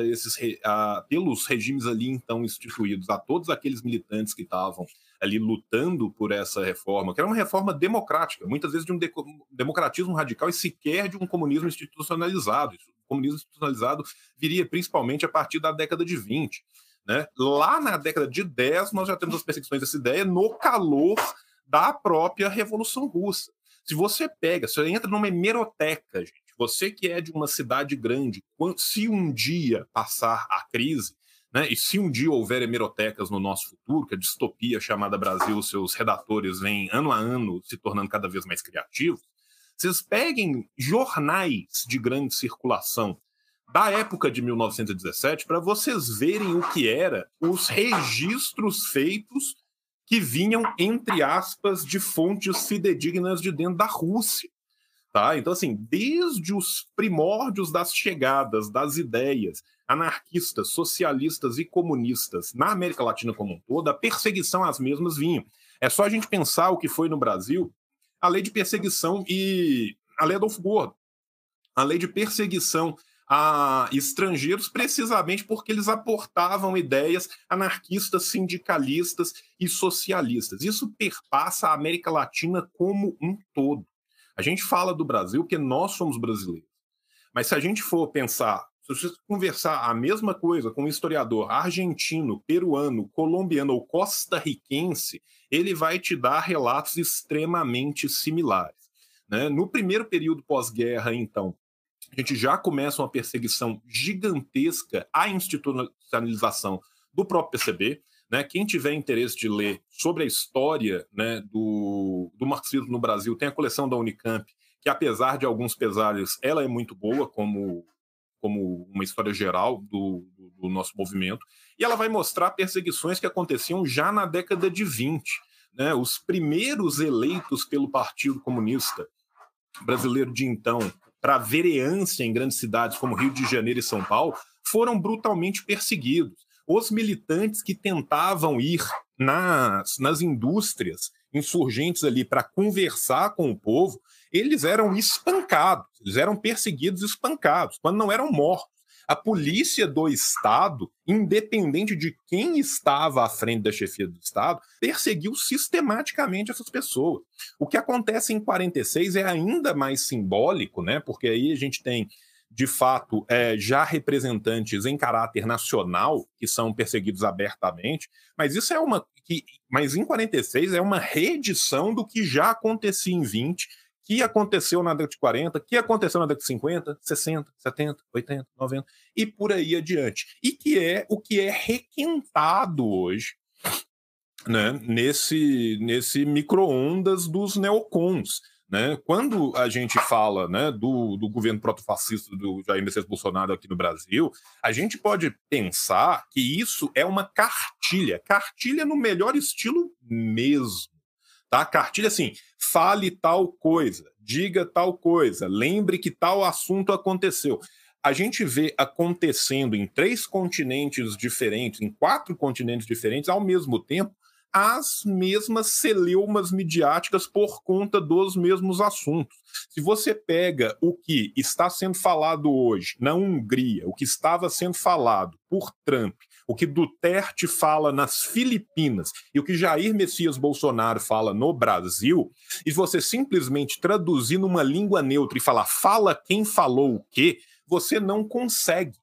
pelos regimes ali então instituídos a todos aqueles militantes que estavam ali lutando por essa reforma, que era uma reforma democrática, muitas vezes de um democratismo radical e sequer de um comunismo institucionalizado. O comunismo institucionalizado viria principalmente a partir da década de 20. Né? Lá na década de 10, nós já temos as perseguições dessa ideia no calor da própria Revolução Russa. Se você entra numa hemeroteca, gente, você que é de uma cidade grande, se um dia passar a crise, né, e se um dia houver hemerotecas no nosso futuro, que a distopia chamada Brasil, seus redatores vêm ano a ano se tornando cada vez mais criativos, vocês peguem jornais de grande circulação da época de 1917 para vocês verem o que eram os registros feitos que vinham, entre aspas, de fontes fidedignas de dentro da Rússia. Tá? Então, assim, desde os primórdios das chegadas das ideias anarquistas, socialistas e comunistas na América Latina como um todo, a perseguição às mesmas vinha. É só a gente pensar o que foi no Brasil a lei de perseguição e a lei Adolfo Gordo, a lei de perseguição a estrangeiros precisamente porque eles aportavam ideias anarquistas, sindicalistas e socialistas. Isso perpassa a América Latina como um todo. A gente fala do Brasil porque nós somos brasileiros. Mas se a gente for pensar, se você conversar a mesma coisa com um historiador argentino, peruano, colombiano ou costarriquense, ele vai te dar relatos extremamente similares. Né? No primeiro período pós-guerra, então, a gente já começa uma perseguição gigantesca à institucionalização do próprio PCB. Né? Quem tiver interesse de ler sobre a história, né, do marxismo no Brasil, tem a coleção da Unicamp, que apesar de alguns pesares, ela é muito boa como uma história geral do nosso movimento, e ela vai mostrar perseguições que aconteciam já na década de 20. Né? Os primeiros eleitos pelo Partido Comunista Brasileiro de então, para vereança em grandes cidades como Rio de Janeiro e São Paulo, foram brutalmente perseguidos. Os militantes que tentavam ir nas indústrias insurgentes ali para conversar com o povo, eles eram espancados, eles eram perseguidos e espancados, quando não eram mortos. A polícia do Estado, independente de quem estava à frente da chefia do Estado, perseguiu sistematicamente essas pessoas. O que acontece em 46 é ainda mais simbólico, né? Porque aí a gente tem, de fato, já representantes em caráter nacional que são perseguidos abertamente, mas isso mas em 46 é uma reedição do que já acontecia em 20, que aconteceu na década de 40, que aconteceu na década de 50, 60, 70, 80, 90 e por aí adiante. E que é o que é requentado hoje, né, nesse micro-ondas dos neocons. Né? Quando a gente fala, né, do governo protofascista do Jair Messias Bolsonaro aqui no Brasil, a gente pode pensar que isso é uma cartilha no melhor estilo mesmo. Tá? Cartilha assim, fale tal coisa, diga tal coisa, lembre que tal assunto aconteceu. A gente vê acontecendo em 3 continentes diferentes, em 4 continentes diferentes, ao mesmo tempo, as mesmas celeumas midiáticas por conta dos mesmos assuntos. Se você pega o que está sendo falado hoje na Hungria, o que estava sendo falado por Trump, o que Duterte fala nas Filipinas e o que Jair Messias Bolsonaro fala no Brasil, e você simplesmente traduzir numa língua neutra e falar fala quem falou o quê, você não consegue.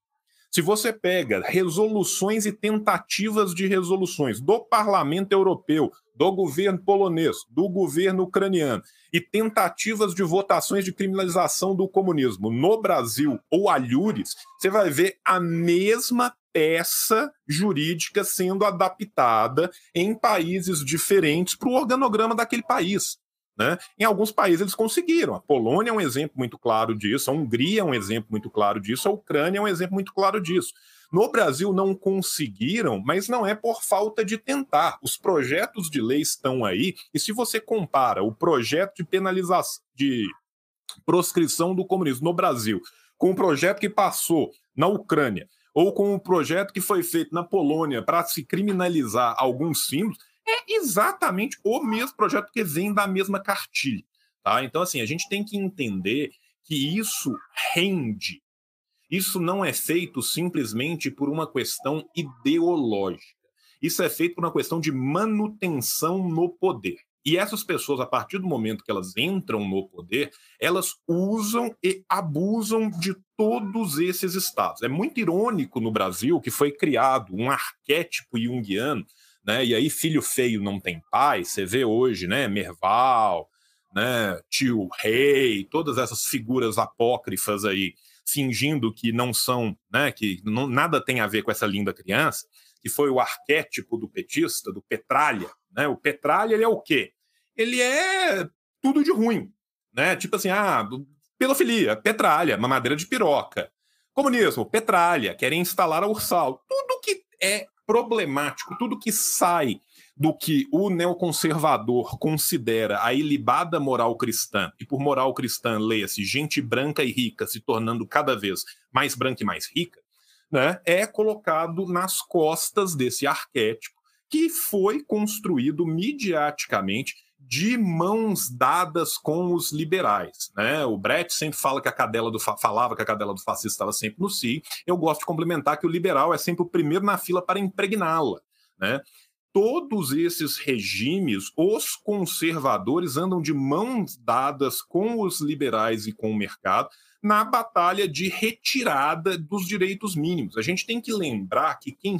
Se você pega resoluções e tentativas de resoluções do Parlamento Europeu, do governo polonês, do governo ucraniano, e tentativas de votações de criminalização do comunismo no Brasil ou alhures, você vai ver a mesma peça jurídica sendo adaptada em países diferentes para o organograma daquele país. Né? Em alguns países eles conseguiram. A Polônia é um exemplo muito claro disso, a Hungria é um exemplo muito claro disso, a Ucrânia é um exemplo muito claro disso. No Brasil não conseguiram, mas não é por falta de tentar. Os projetos de lei estão aí, e se você compara o projeto de penalização, de proscrição do comunismo no Brasil, com o projeto que passou na Ucrânia, ou com o projeto que foi feito na Polônia para se criminalizar alguns símbolos, é exatamente o mesmo projeto que vem da mesma cartilha. Tá? Então, assim, a gente tem que entender que isso rende. Isso não é feito simplesmente por uma questão ideológica. Isso é feito por uma questão de manutenção no poder. E essas pessoas, a partir do momento que elas entram no poder, elas usam e abusam de todos esses estados. É muito irônico no Brasil que foi criado um arquétipo junguiano, né? E aí filho feio não tem pai. Você vê hoje, né, Merval, né, Tio Rei, todas essas figuras apócrifas aí, fingindo que não são, né, que não, nada tem a ver com essa linda criança, que foi o arquétipo do petista, do Petralha. Né? O Petralha, ele é o quê? Ele é tudo de ruim. Né? Tipo assim, pedofilia, Petralha, mamadeira de piroca. Comunismo, Petralha, querem instalar a Ursal. Tudo que é problemático, tudo que sai do que o neoconservador considera a ilibada moral cristã, e por moral cristã leia-se gente branca e rica se tornando cada vez mais branca e mais rica, né, é colocado nas costas desse arquétipo que foi construído midiaticamente de mãos dadas com os liberais. Né? O Brecht sempre falava que a cadela do fascista estava sempre no cio. Eu gosto de complementar que o liberal é sempre o primeiro na fila para impregná-la. Né? Todos esses regimes, os conservadores andam de mãos dadas com os liberais e com o mercado na batalha de retirada dos direitos mínimos. A gente tem que lembrar que quem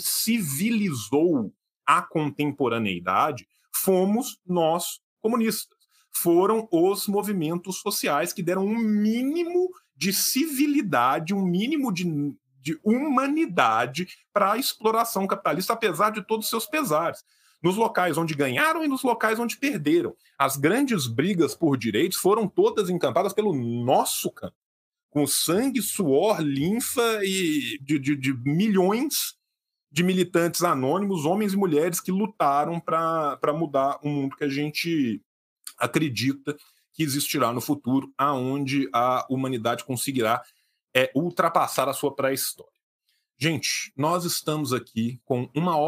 civilizou a contemporaneidade fomos nós, comunistas. Foram os movimentos sociais que deram um mínimo de civilidade, um mínimo de humanidade para a exploração capitalista, apesar de todos os seus pesares. Nos locais onde ganharam e nos locais onde perderam. As grandes brigas por direitos foram todas encampadas pelo nosso campo, com sangue, suor, linfa e de milhões de militantes anônimos, homens e mulheres que lutaram para mudar o mundo que a gente acredita que existirá no futuro, aonde a humanidade conseguirá ultrapassar a sua pré-história. Gente, nós estamos aqui com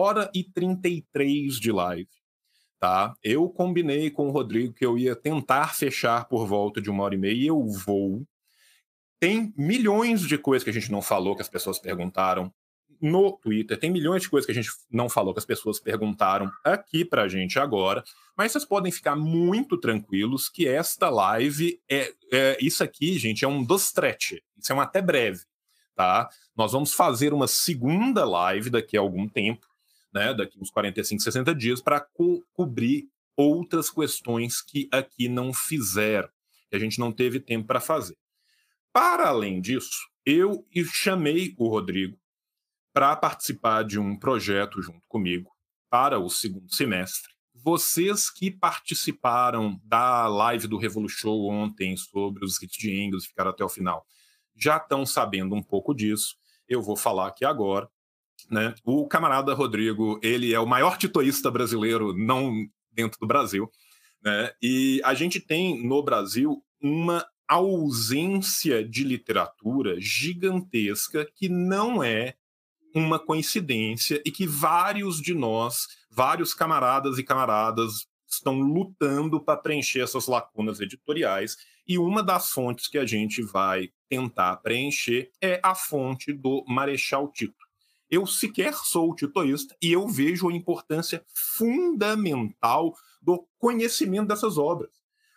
1h33 de live, tá? Eu combinei com o Rodrigo que eu ia tentar fechar por volta de 1h30 e eu vou. Tem milhões de coisas que a gente não falou, que as pessoas perguntaram no Twitter, tem milhões de coisas que a gente não falou, que as pessoas perguntaram aqui pra gente agora, mas vocês podem ficar muito tranquilos que esta live isso aqui, gente, é um dostretch, isso é um até breve, tá? Nós vamos fazer uma segunda live daqui a algum tempo, né, daqui uns 45, 60 dias, para cobrir outras questões que aqui não fizeram, que a gente não teve tempo para fazer. Para além disso, eu chamei o Rodrigo para participar de um projeto junto comigo para o segundo semestre. Vocês que participaram da live do Revolution ontem sobre os escritos de Engels, ficaram até o final, já estão sabendo um pouco disso. Eu vou falar aqui agora. Né? O camarada Rodrigo, ele é o maior titoísta brasileiro, não dentro do Brasil. Né? E a gente tem no Brasil uma ausência de literatura gigantesca que não é uma coincidência e que vários de nós, vários camaradas e camaradas estão lutando para preencher essas lacunas editoriais, e uma das fontes que a gente vai tentar preencher é a fonte do Marechal Tito. Eu sequer sou titoísta e eu vejo a importância fundamental do conhecimento dessas obras.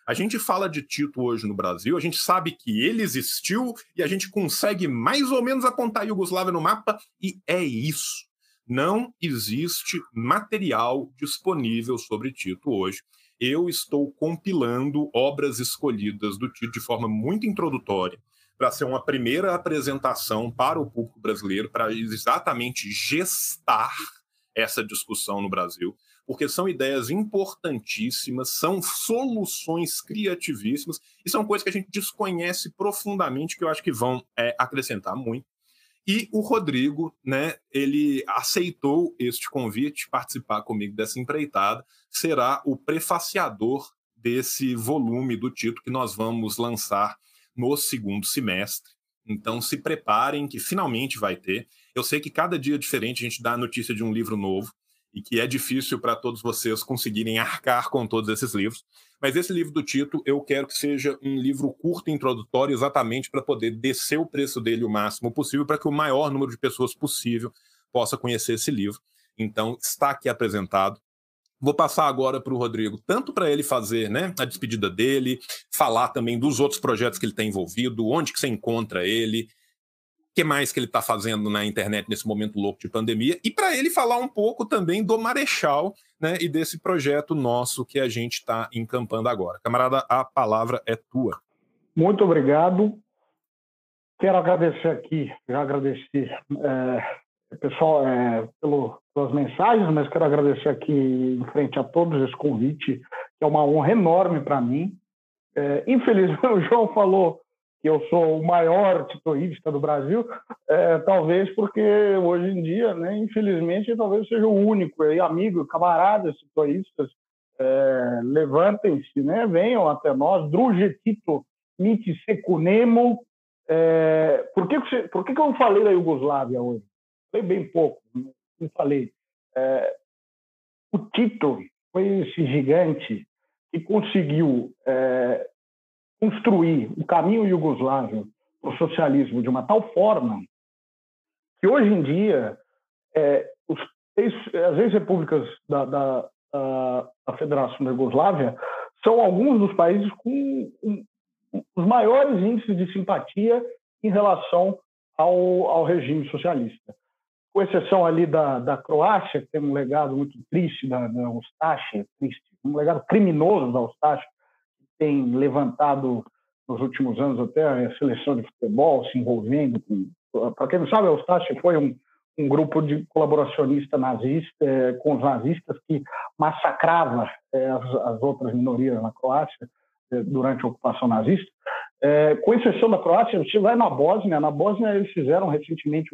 A gente fala de Tito hoje no Brasil, a gente sabe que ele existiu e a gente consegue mais ou menos apontar a Iugoslávia no mapa, e é isso. Não existe material disponível sobre Tito hoje. Eu estou compilando obras escolhidas do Tito de forma muito introdutória, para ser uma primeira apresentação para o público brasileiro, para exatamente gestar essa discussão no Brasil, porque são ideias importantíssimas, são soluções criativíssimas e são coisas que a gente desconhece profundamente, que eu acho que vão acrescentar muito. E o Rodrigo, né, ele aceitou este convite, participar comigo dessa empreitada, será o prefaciador desse volume do Tito que nós vamos lançar no segundo semestre. Então se preparem que finalmente vai ter. Eu sei que cada dia diferente a gente dá a notícia de um livro novo e que é difícil para todos vocês conseguirem arcar com todos esses livros. Mas esse livro do Tito, eu quero que seja um livro curto e introdutório exatamente para poder descer o preço dele o máximo possível, para que o maior número de pessoas possível possa conhecer esse livro. Então, está aqui apresentado. Vou passar agora para o Rodrigo, tanto para ele fazer, né, a despedida dele, falar também dos outros projetos que ele tem envolvido, onde que você encontra ele, o que mais que ele está fazendo na internet nesse momento louco de pandemia, e para ele falar um pouco também do Marechal, né, e desse projeto nosso que a gente está encampando agora. Camarada, a palavra é tua. Muito obrigado. Quero agradecer aqui, já agradeci, pessoal, pelas mensagens, mas quero agradecer aqui em frente a todos esse convite, que é uma honra enorme para mim. Infelizmente, o João falou que eu sou o maior titoísta do Brasil, talvez porque hoje em dia, né, infelizmente, talvez seja o único, e amigo, camaradas titoístas, levantem-se, né, venham até nós, Druge Tito Miti Secunemo. Por que eu não falei da Iugoslávia hoje? Falei bem pouco, não falei. O Tito foi esse gigante que conseguiu construir o caminho iugoslavo para o socialismo de uma tal forma que hoje em dia as ex-repúblicas da Federação da Iugoslávia são alguns dos países com os maiores índices de simpatia em relação ao regime socialista. Com exceção ali da Croácia, que tem um legado muito triste da Ustaše, um legado criminoso da Ustaše, que tem levantado nos últimos anos até a seleção de futebol se envolvendo com... Para quem não sabe, a Ustaše foi um grupo de colaboracionista nazista, com os nazistas, que massacrava as outras minorias na Croácia durante a ocupação nazista. Com exceção da Croácia, você vai na Bósnia. Na Bósnia, eles fizeram recentemente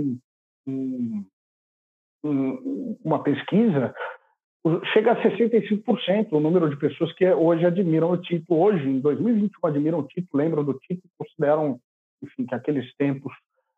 uma pesquisa, chega a 65% o número de pessoas que hoje admiram o Tito. Hoje, em 2021, admiram o Tito, lembram do Tito, consideram, enfim, que aqueles tempos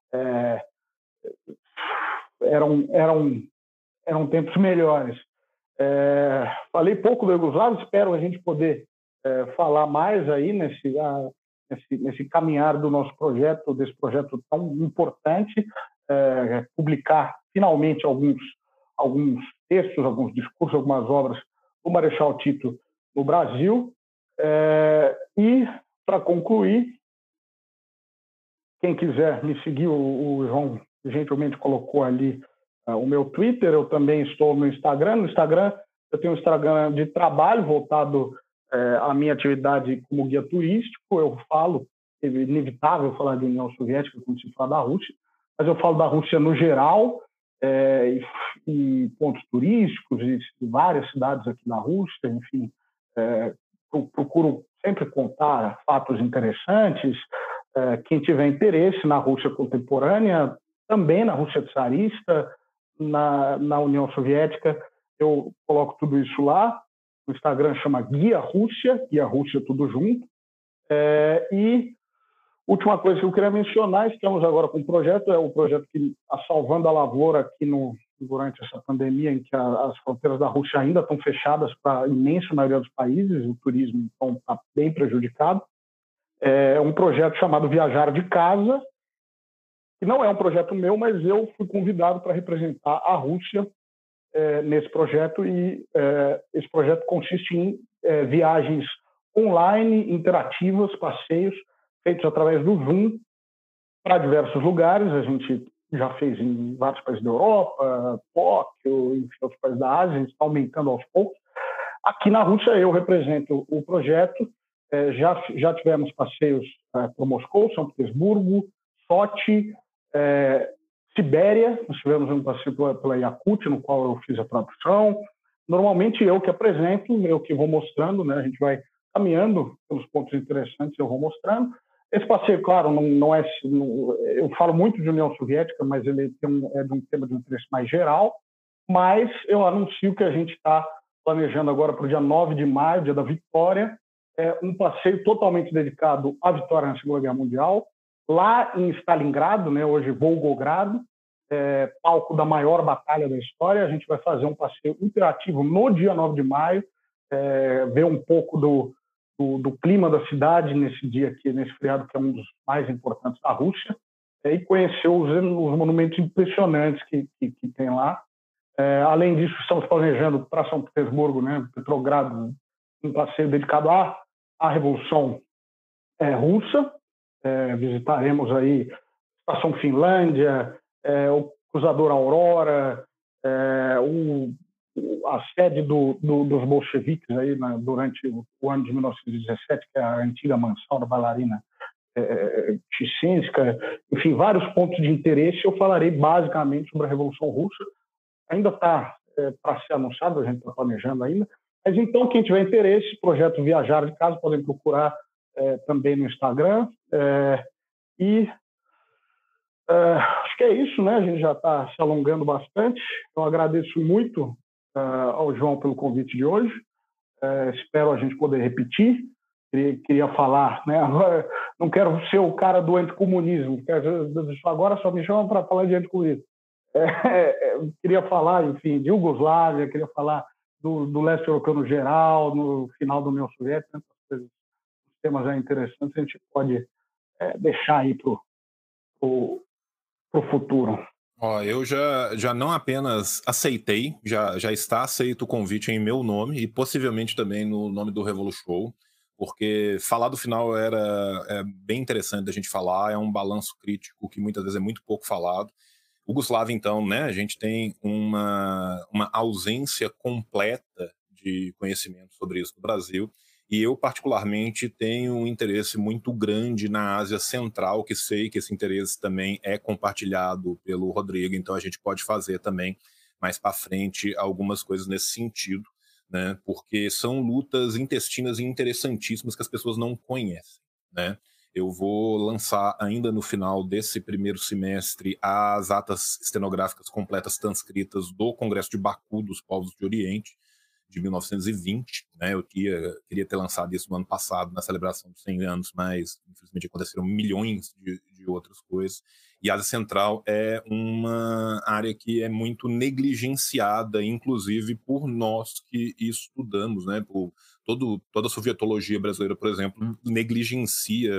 eram tempos melhores. Falei pouco do Iugoslávia, espero a gente poder falar mais aí nesse caminhar do nosso projeto, desse projeto tão importante, publicar finalmente alguns textos, alguns discursos, algumas obras do Marechal Tito no Brasil. E, para concluir, quem quiser me seguir, o João gentilmente colocou ali o meu Twitter, eu também estou no Instagram. No Instagram, eu tenho um Instagram de trabalho voltado à minha atividade como guia turístico. Eu falo, é inevitável falar de União Soviética quando se fala da Rússia, mas eu falo da Rússia no geral, e pontos turísticos, e várias cidades aqui na Rússia, enfim. Procuro sempre contar fatos interessantes. Quem tiver interesse na Rússia contemporânea, também na Rússia czarista, na União Soviética, eu coloco tudo isso lá. O Instagram chama Guia Rússia tudo junto. E última coisa que eu queria mencionar, estamos agora com um projeto, o projeto que está salvando a lavoura aqui durante essa pandemia, em que as fronteiras da Rússia ainda estão fechadas para a imensa maioria dos países, o turismo então está bem prejudicado. É um projeto chamado Viajar de Casa, que não é um projeto meu, mas eu fui convidado para representar a Rússia nesse projeto, e esse projeto consiste em viagens online, interativas, passeios, feitos através do Zoom, para diversos lugares. A gente já fez em vários países da Europa, Tóquio, em outros países da Ásia, a gente está aumentando aos poucos. Aqui na Rússia, eu represento o projeto. Já tivemos passeios por Moscou, São Petersburgo, Sochi, Sibéria. Nós tivemos um passeio pela Yakutia, no qual eu fiz a tradução. Normalmente eu que apresento, eu que vou mostrando, né? A gente vai caminhando pelos pontos interessantes, eu vou mostrando. Esse passeio, claro, não é... eu falo muito de União Soviética, mas ele é de um tema de interesse mais geral. Mas eu anuncio que a gente está planejando agora para o dia 9 de maio, dia da Vitória, um passeio totalmente dedicado à vitória na Segunda Guerra Mundial, lá em Stalingrado, né, hoje Volgogrado, palco da maior batalha da história. A gente vai fazer um passeio interativo no dia 9 de maio, ver um pouco do clima da cidade nesse dia aqui, nesse feriado que é um dos mais importantes da Rússia, e conhecer os monumentos impressionantes que tem lá. Além disso, estamos planejando para São Petersburgo, né, Petrogrado, um passeio dedicado à Revolução Russa. Visitaremos aí a Estação Finlândia, o Cruzador Aurora, a sede dos bolcheviques aí, durante o ano de 1917, que é a antiga mansão da bailarina Chichinska. Enfim, vários pontos de interesse. Eu falarei basicamente sobre a Revolução Russa. Ainda está para ser anunciado, a gente está planejando ainda. Mas então, quem tiver interesse, projeto Viajar de Casa, podem procurar também no Instagram. Acho que é isso, né? A gente já está se alongando bastante. Eu agradeço muito ao João pelo convite de hoje. Espero a gente poder repetir. Queria falar, né? Agora, não quero ser o cara do anticomunismo, agora só me chamam para falar de anticomunismo. Queria falar, enfim, de Iugoslávia, queria falar do leste europeu no geral, no final da União Soviética, tantas coisas, temas interessantes, a gente pode deixar aí para o futuro. Eu já não apenas aceitei, já está aceito o convite em meu nome e possivelmente também no nome do Revolution, porque falar do final é bem interessante da gente falar, é um balanço crítico que muitas vezes é muito pouco falado. Iugoslávia, então, né, a gente tem uma ausência completa de conhecimento sobre isso no Brasil, e eu, particularmente, tenho um interesse muito grande na Ásia Central, que sei que esse interesse também é compartilhado pelo Rodrigo, então a gente pode fazer também, mais para frente, algumas coisas nesse sentido, né, porque são lutas intestinas interessantíssimas que as pessoas não conhecem, né? Eu vou lançar ainda no final desse primeiro semestre as atas estenográficas completas transcritas do Congresso de Baku dos Povos de Oriente, de 1920. Né? Eu queria ter lançado isso no ano passado, na celebração dos 100 anos, mas infelizmente aconteceram milhões de outras coisas. E a Ásia Central é uma área que é muito negligenciada, inclusive por nós que estudamos, né? Toda a sovietologia brasileira, por exemplo, negligencia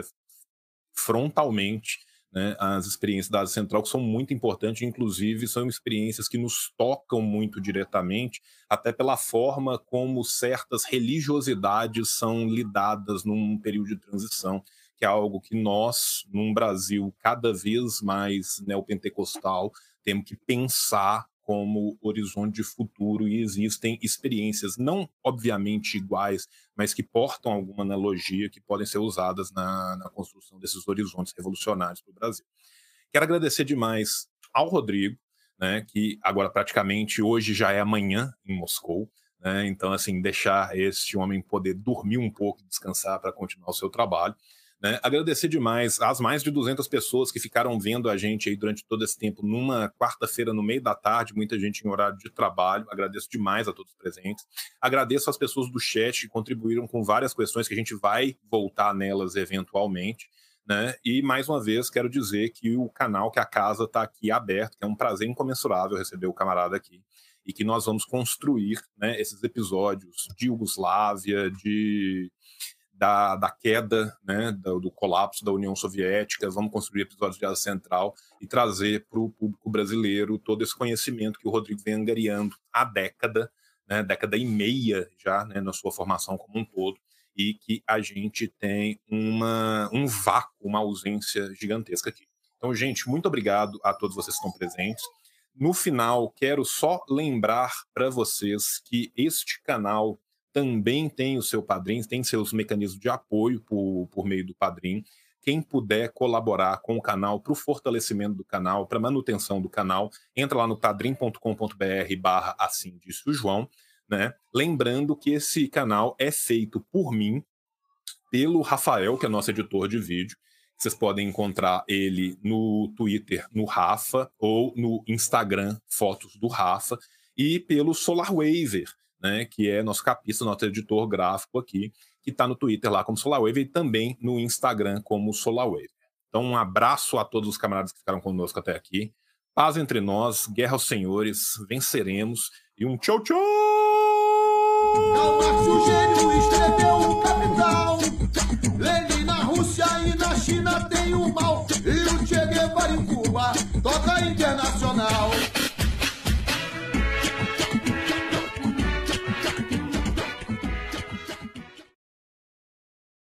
frontalmente, né, as experiências da Ásia Central, que são muito importantes, inclusive são experiências que nos tocam muito diretamente, até pela forma como certas religiosidades são lidadas num período de transição, que é algo que nós, num Brasil cada vez mais neopentecostal, temos que pensar como horizonte de futuro, e existem experiências não obviamente iguais, mas que portam alguma analogia que podem ser usadas na construção desses horizontes revolucionários para o Brasil. Quero agradecer demais ao Rodrigo, né, que agora praticamente hoje já é amanhã em Moscou, né, então assim, deixar este homem poder dormir um pouco, descansar para continuar o seu trabalho. Né? Agradecer demais às mais de 200 pessoas que ficaram vendo a gente aí durante todo esse tempo, numa quarta-feira no meio da tarde, muita gente em horário de trabalho. Agradeço demais a todos os presentes. Agradeço às pessoas do chat que contribuíram com várias questões que a gente vai voltar nelas eventualmente. Né? E mais uma vez quero dizer que o canal, que a casa está aqui aberto, que é um prazer incomensurável receber o camarada aqui, e que nós vamos construir, né, esses episódios de Iugoslávia, da queda, né, do colapso da União Soviética. Vamos construir episódios de Ásia Central e trazer para o público brasileiro todo esse conhecimento que o Rodrigo vem angariando há década, né, década e meia já, né, na sua formação como um todo, e que a gente tem um vácuo, uma ausência gigantesca aqui. Então, gente, muito obrigado a todos vocês que estão presentes. No final, quero só lembrar para vocês que este canal também tem o seu Padrim, tem seus mecanismos de apoio por meio do Padrim. Quem puder colaborar com o canal para o fortalecimento do canal, para a manutenção do canal, entra lá no padrim.com.br/assim disse o João, né? Lembrando que esse canal é feito por mim, pelo Rafael, que é nosso editor de vídeo. Vocês podem encontrar ele no Twitter, no Rafa, ou no Instagram, fotos do Rafa, e pelo SolarWaver, né, que é nosso capista, nosso editor gráfico aqui, que está no Twitter lá como SolarWaver e também no Instagram como SolarWaver. Então, um abraço a todos os camaradas que ficaram conosco até aqui. Paz entre nós, guerra aos senhores, venceremos. E um tchau, tchau! Karl Marx, o gênio, escreveu o Capital. Lenin na Rússia e na China tem o mal. E o Che Guevara em Cuba toca Internacional.